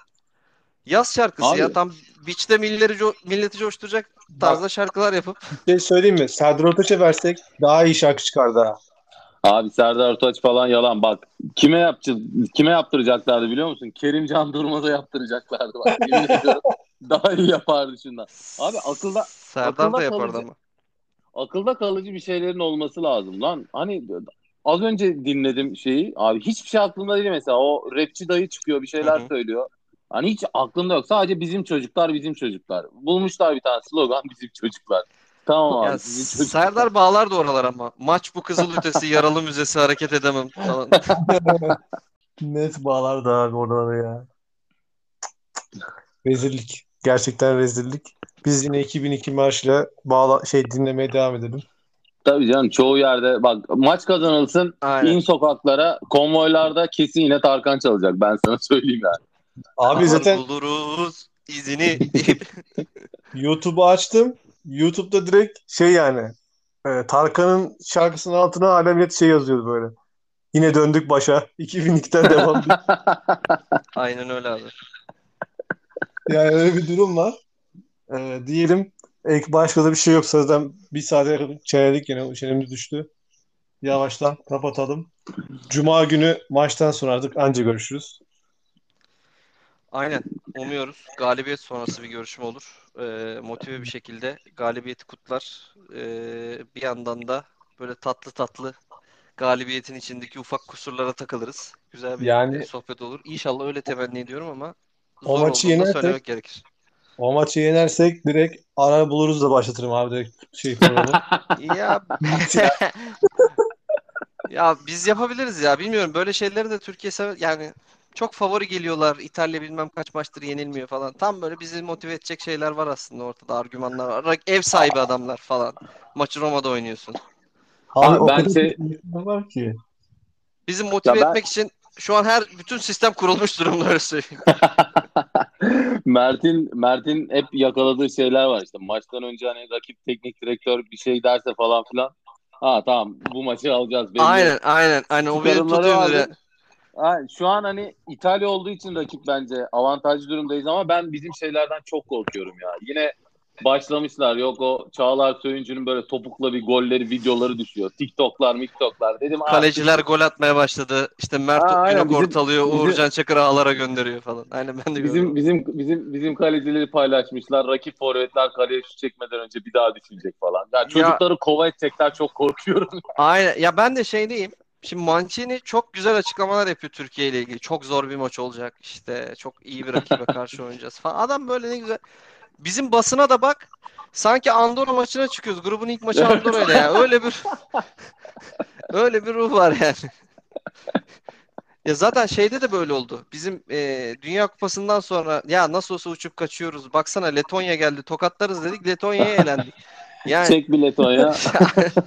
yaz şarkısı Abi. ya tam beach'te milleri co- milleti coşturacak tarzda şarkılar yapıp bir şey söyleyeyim mi? Serdar Ortaç'a versek daha iyi şarkı çıkardı ha. Abi Serdar Ortaç falan yalan bak. Kime yapacağız? Kime yaptıracaklardı biliyor musun? Kerimcan Durmaz'a yaptıracaklardı bak. Yemin ediyorum daha iyi yapardı şundan. Abi akılda Serdar akılda da yapardı kalıcı- ama. akılda kalıcı bir şeylerin olması lazım lan. Hani az önce dinledim şeyi. Abi hiçbir şey aklımda değil mesela. O rapçi dayı çıkıyor bir şeyler Hı hı. söylüyor. Hani hiç aklımda yok. Sadece bizim çocuklar bizim çocuklar. Bulmuşlar bir tane slogan bizim çocuklar. Tamam abi Ya sizin çocuklar. Serdar bağlardı oralar ama. Maç bu kızıl ötesi yaralı müzesi hareket edemem falan. Net bağlardı abi oraları ya. Rezillik. Gerçekten rezillik. Biz yine iki bin iki marşla bağla şey dinlemeye devam edelim. Tabii canım çoğu yerde bak maç kazanılsın Aynen. in sokaklara konvoylarda kesin yine Tarkan çalacak ben sana söyleyeyim yani. Abi Alır zaten buluruz izini deyip. YouTube'u açtım. YouTube'da direkt şey yani e, Tarkan'ın şarkısının altına hala millet şey yazıyordu böyle. Yine döndük başa. iki bin ikiden devam. Aynen öyle abi. Yani öyle bir durum var. E, diyelim ek başka da bir şey yok. Zaten bir saate yakın çeyredik yine çenemiz düştü. Yavaştan kapatalım. Cuma günü maçtan sonra artık anca görüşürüz. Aynen. Umuyoruz. Galibiyet sonrası bir görüşme olur. Ee, motive bir şekilde galibiyeti kutlar. Ee, bir yandan da böyle tatlı tatlı galibiyetin içindeki ufak kusurlara takılırız. Güzel bir Yani e, sohbet olur. İnşallah öyle temenni ediyorum ama o zor maçı olduğunda yenersek söylemek gerekir. o maçı yenersek direkt ara buluruz da başlatırım abi direkt şey programı. Ya ya biz yapabiliriz ya. Bilmiyorum böyle şeyleri de Türkiye sever. Yani çok favori geliyorlar. İtalya bilmem kaç maçtır yenilmiyor falan. Tam böyle bizi motive edecek şeyler var aslında ortada. Argümanlar var. Rak- Ev sahibi adamlar falan. Maçı Roma'da oynuyorsun. Abi Abi o ben kadar şey çok insan var ki. Bizi ya motive ben etmek için şu an her bütün sistem kurulmuş durumda öyle söyleyeyim. Mert'in Mert'in hep yakaladığı şeyler var işte. Maçtan önce hani rakip teknik direktör bir şey derse falan filan. Ha tamam bu maçı alacağız belli. Aynen aynen. Aynen o beni Çıkarımları tutuyordur ya. vardır. Ha, şu an hani İtalya olduğu için rakip bence avantajlı durumdayız ama ben bizim şeylerden çok korkuyorum ya. Yine başlamışlar. Yok o Çağlar Söyüncü'nün böyle topukla bir golleri, videoları düşüyor. TikTok'lar, miktok'lar. Dedim artık. Kaleciler gol atmaya başladı. İşte Ha, Mert aynen Günok bizim ortalıyor. bizim Uğurcan Çakır ağlara gönderiyor falan. Aynen ben de gördüm bizim onu. bizim bizim bizim kalecileri paylaşmışlar. Rakip forvetler kaleye şut çekmeden önce bir daha düşünecek falan. Ya Ya çocukları kova edecekler çok korkuyorum. aynen. Ya ben de şeydeyim. Şimdi Mancini çok güzel açıklamalar yapıyor Türkiye ile ilgili. Çok zor bir maç olacak. İşte çok iyi bir rakibe karşı oynayacağız falan. Adam böyle ne güzel. Bizim basına da bak. Sanki Andorra maçına çıkıyoruz. Grubun ilk maçı Andorra ile ya. Öyle bir öyle bir ruh var yani. Ya zaten şeyde de böyle oldu. Bizim e, Dünya Kupası'ndan sonra ya nasıl olsa uçup kaçıyoruz. Baksana Letonya geldi. Tokatlarız dedik. Letonya'ya elendik. Yani Çek bilet o ya.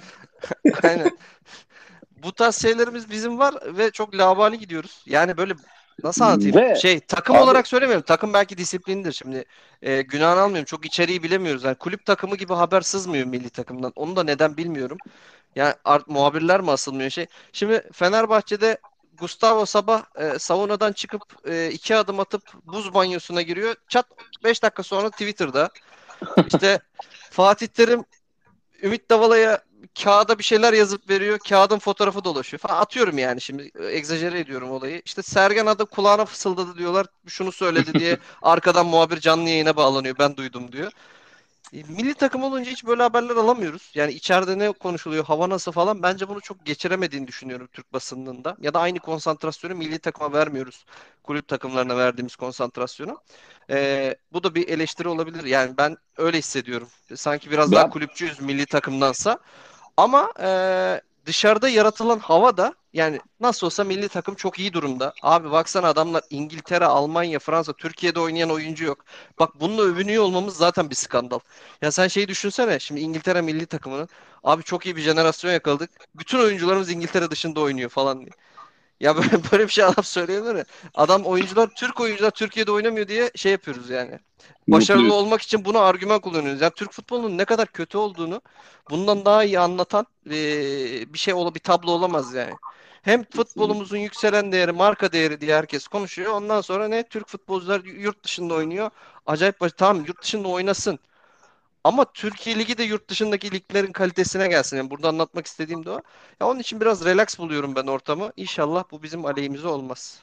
Aynen. Bu tarz şeylerimiz bizim var ve çok labali gidiyoruz. Yani böyle nasıl anlatayım? Ve Şey takım abi olarak söylemiyorum. Takım belki disiplindir. Şimdi e, günahını almıyorum. Çok içeriği bilemiyoruz. Yani kulüp takımı gibi haber sızmıyor milli takımdan. Onu da neden bilmiyorum. Yani art, muhabirler mi asılmıyor şey. Şimdi Fenerbahçe'de Gustavo Sabah e, saunadan çıkıp e, iki adım atıp buz banyosuna giriyor. Çat beş dakika sonra Twitter'da. İşte Fatih Terim Ümit Davala'ya kağıda bir şeyler yazıp veriyor. Kağıdın fotoğrafı dolaşıyor falan. Atıyorum yani şimdi. e, Egzajere ediyorum olayı. İşte Sergen adı kulağına fısıldadı diyorlar. Şunu söyledi diye arkadan muhabir canlı yayına bağlanıyor. Ben duydum diyor. E, Milli takım olunca hiç böyle haberler alamıyoruz. Yani içeride ne konuşuluyor, hava nasıl falan. Bence bunu çok geçiremediğini düşünüyorum Türk basınının da. Ya da aynı konsantrasyonu milli takıma vermiyoruz. Kulüp takımlarına verdiğimiz konsantrasyonu. E, bu da bir eleştiri olabilir. Yani ben öyle hissediyorum. Sanki biraz daha ben kulüpçüyüz milli takımdansa. Ama eee, dışarıda yaratılan hava da yani nasıl olsa milli takım çok iyi durumda. Abi baksana adamlar İngiltere, Almanya, Fransa, Türkiye'de oynayan oyuncu yok. Bak bununla övünüyor olmamız zaten bir skandal. Ya sen şeyi düşünsene şimdi İngiltere milli takımının abi çok iyi bir jenerasyon yakaladık. Bütün oyuncularımız İngiltere dışında oynuyor falan diye. Ya böyle, böyle bir şey adam söyleyebilir mi? Adam oyuncular Türk oyuncular Türkiye'de oynamıyor diye şey yapıyoruz yani. Başarılı mutluyuz. olmak için bunu argüman kullanıyoruz. Yani Türk futbolunun ne kadar kötü olduğunu bundan daha iyi anlatan eee, bir şey ola bir tablo olamaz yani. Hem Kesinlikle. futbolumuzun yükselen değeri, marka değeri diye herkes konuşuyor. Ondan sonra ne? Türk futbolcular yurt dışında oynuyor. Acayip baş... Tamam yurt dışında oynasın. Ama Türkiye Ligi de yurt dışındaki liglerin kalitesine gelsin. Yani burada anlatmak istediğim de o. Ya onun için biraz relax buluyorum ben ortamı. İnşallah bu bizim aleyhimize olmaz.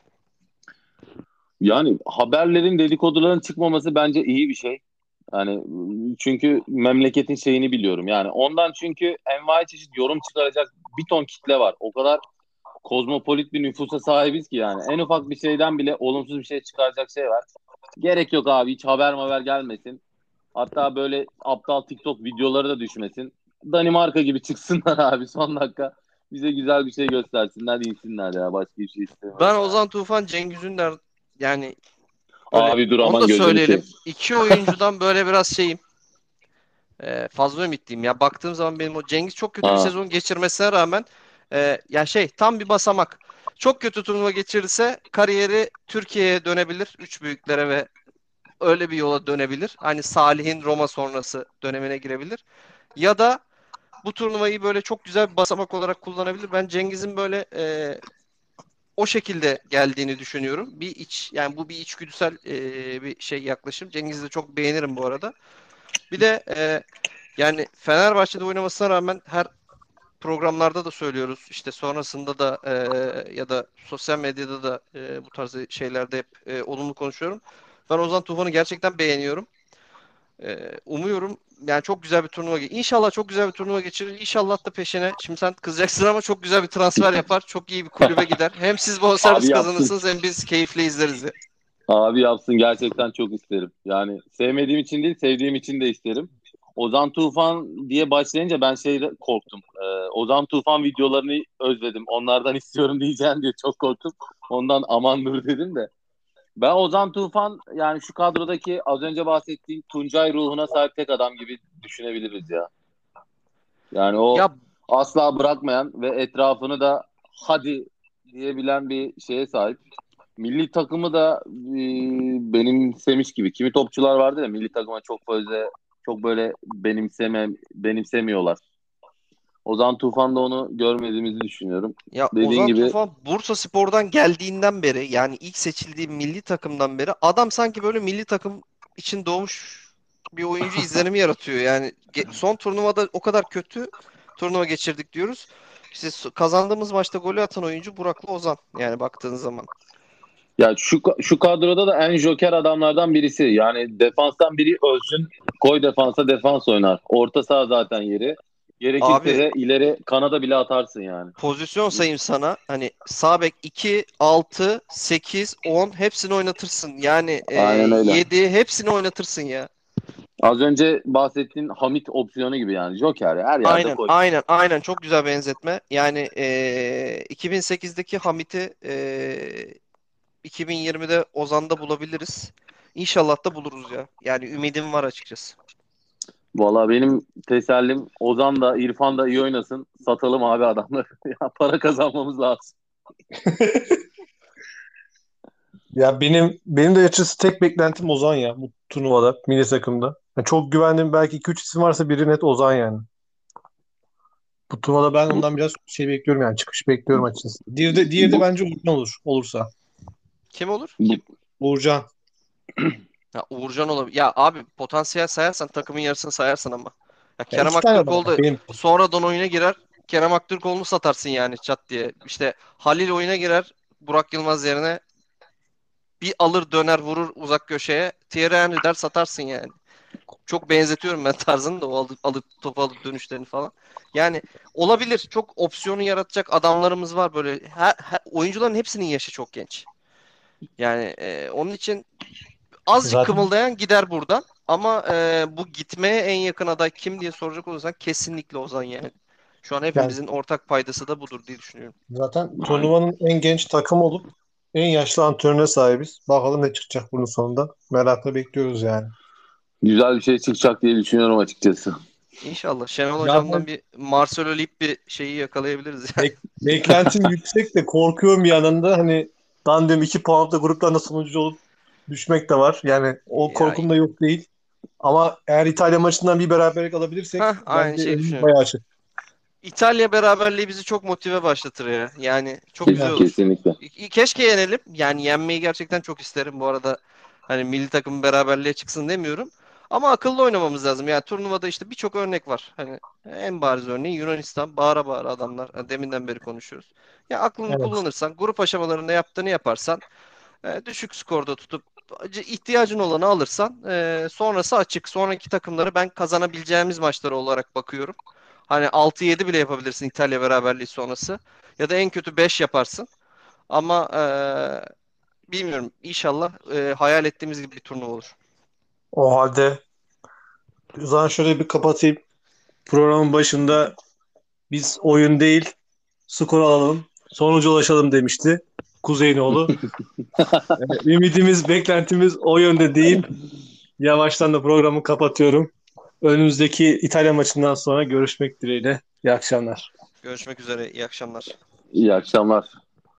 Yani haberlerin dedikoduların çıkmaması bence iyi bir şey. Yani çünkü memleketin şeyini biliyorum. Yani ondan çünkü envai çeşit yorum çıkaracak bir ton kitle var. O kadar kozmopolit bir nüfusa sahibiz ki yani. En ufak bir şeyden bile olumsuz bir şey çıkaracak şey var. Gerek yok abi, hiç haber haber gelmesin. Hatta böyle aptal TikTok videoları da düşmesin. Danimarka gibi çıksınlar abi son dakika. Bize güzel bir şey göstersinler, insinler ya. Başka bir şey istemiyorum Ben ya. Ozan Tufan, Cengiz Ünder yani böyle Abi dur onu aman da gözünü seveyim. söyleyelim. İki oyuncudan böyle biraz şeyim. e, fazla ümitliyim. Ya baktığım zaman benim o Cengiz çok kötü bir Ha. sezon geçirmesine rağmen e, ya şey tam bir basamak. Çok kötü turnuva geçirirse kariyeri Türkiye'ye dönebilir. Üç büyüklere ve öyle bir yola dönebilir. Hani Salih'in Roma sonrası dönemine girebilir. Ya da bu turnuvayı böyle çok güzel bir basamak olarak kullanabilir. Ben Cengiz'in böyle e, o şekilde geldiğini düşünüyorum. Bir iç yani bu bir içgüdüsel e, bir şey yaklaşım. Cengiz'i de çok beğenirim bu arada. Bir de e, yani Fenerbahçe'de oynamasına rağmen her programlarda da söylüyoruz. İşte sonrasında da e, ya da sosyal medyada da e, bu tarz şeylerde hep e, olumlu konuşuyorum. Ben Ozan Tufan'ı gerçekten beğeniyorum. E, umuyorum yani çok güzel bir turnuva. ge- İnşallah çok güzel bir turnuva geçirir. İnşallah da peşine. Şimdi sen kızacaksın ama çok güzel bir transfer yapar. Çok iyi bir kulübe gider. Hem siz bonservis Abi yapsın. kazanırsınız hem biz keyifle izleriz. ya. Abi yapsın, gerçekten çok isterim. Yani sevmediğim için değil, sevdiğim için de isterim. Ozan Tufan diye başlayınca ben şey korktum. Ee, Ozan Tufan videolarını özledim. Onlardan istiyorum diyeceğim diye çok korktum. Ondan aman dur dedim de. Ben Ozan Tufan yani şu kadrodaki az önce bahsettiğim Tuncay ruhuna sahip tek adam gibi düşünebiliriz ya. Yani o Ya asla bırakmayan ve etrafını da hadi diyebilen bir şeye sahip. Milli takımı da e, benimsemiş gibi. Kimi topçular vardı ya milli takıma çok fazla çok böyle benimseme benimsemiyorlar. Ozan Tufan'da onu görmediğimizi düşünüyorum. Ya Dediğin Ozan gibi Tufan Bursaspor'dan geldiğinden beri yani ilk seçildiği milli takımdan beri adam sanki böyle milli takım için doğmuş bir oyuncu izlenimi yaratıyor. Yani ge- son turnuvada o kadar kötü turnuva geçirdik diyoruz. İşte s- kazandığımız maçta golü atan oyuncu Burak'la Ozan yani baktığın zaman. ya şu şu kadroda da en joker adamlardan birisi. Yani defanstan biri ölsün, koy defansa, defans oynar. Orta saha zaten yeri. Gerekirse Abi de ileri kanada bile atarsın yani. pozisyon sayayım sana. Hani sağ bek iki, altı, sekiz, on hepsini oynatırsın. Yani e, Aynen öyle. yedi hepsini oynatırsın ya. Az önce bahsettiğin Hamit opsiyonu gibi yani. Joker her yerde Aynen, koy. aynen, aynen çok güzel benzetme. Yani eee, iki bin sekizdeki Hamit'i eee, iki bin yirmide Ozan'da bulabiliriz. İnşallah da buluruz ya. Yani ümidim var açıkçası. Valla benim tesellim Ozan da İrfan da iyi oynasın. Satalım abi adamları. Ya para kazanmamız lazım. Ya benim benim de açıkçası tek beklentim Ozan ya bu turnuvada, milli takımda. Ya çok güvendiğim belki iki üç isim varsa biri net Ozan yani. Bu turnuvada ben Bu, ondan biraz şey bekliyorum yani çıkış bekliyorum açıkçası. Diğeri de, diğeri de bu, bence Uğurcan olur olursa. Kim olur? bu, Uğurcan. Ya Uğurcan olabilir. Ya abi potansiyel sayarsan takımın yarısını sayarsın ama. Ya Ya Kerem iki tane adam Aktürkoğlu var da benim. sonradan oyuna girer. Kerem Aktürkoğlu'nu satarsın yani çat diye. İşte Halil oyuna girer. Burak Yılmaz yerine bir alır döner vurur uzak köşeye. Thierry Henry der satarsın yani. Çok benzetiyorum ben tarzını da o alıp, alıp topu alıp dönüşlerini falan. Yani olabilir. Çok opsiyonu yaratacak adamlarımız var böyle. Her, her- oyuncuların hepsinin yaşı çok genç. Yani e, onun için azıcık Zaten kımıldayan gider buradan. Ama e, bu gitmeye en yakın aday kim diye soracak olursan kesinlikle Ozan yani. Şu an yani hepimizin ortak paydası da budur diye düşünüyorum. zaten turnuvanın en genç takımı olup en yaşlı antrenöre sahibiz. Bakalım ne çıkacak bunun sonunda. Merakla bekliyoruz yani. güzel bir şey çıkacak diye düşünüyorum açıkçası. İnşallah Şenol Hocam'dan Zaten bir Marcelo Lip bir şeyi yakalayabiliriz yani. bek- beklentim yüksek de korkuyorum bir yandan da hani Dandem iki puanla gruptan da sonuncu olup düşmek de var. Yani o Ya, korkum da yok değil. Ama eğer İtalya maçından bir beraberlik alabilirsek ha aynı bence şeyi önümüz düşünüyorum. bayağı açık. İtalya beraberliği bizi çok motive başlatır ya. Yani çok güzel Kes- Yani olur. kesinlikle. İ- Keşke yenelim. Yani yenmeyi gerçekten çok isterim. Bu arada hani milli takım beraberliğe çıksın demiyorum. Ama akıllı oynamamız lazım. Yani turnuvada işte birçok örnek var. Hani en bariz örneği Yunanistan bağıra bağıra adamlar. Hani deminden beri konuşuyoruz. Ya aklını evet. kullanırsan, grup aşamalarında yaptığını yaparsan, e, düşük skorda tutup c- ihtiyacın olanı alırsan e, sonrası açık. Sonraki takımları ben kazanabileceğimiz maçları olarak bakıyorum. Hani altı yedi bile yapabilirsin İtalya beraberliği sonrası. Ya da en kötü beş yaparsın. Ama e, bilmiyorum. İnşallah e, hayal ettiğimiz gibi bir turnuva olur. O halde o zaman şöyle bir kapatayım. Programın başında biz oyun değil skor alalım, sonuca ulaşalım demişti Kuzeyinoğlu. Evet, ümidimiz, beklentimiz o yönde değil. Yavaştan da programı kapatıyorum. Önümüzdeki İtalya maçından sonra görüşmek dileğiyle. İyi akşamlar. Görüşmek üzere. İyi akşamlar. İyi akşamlar.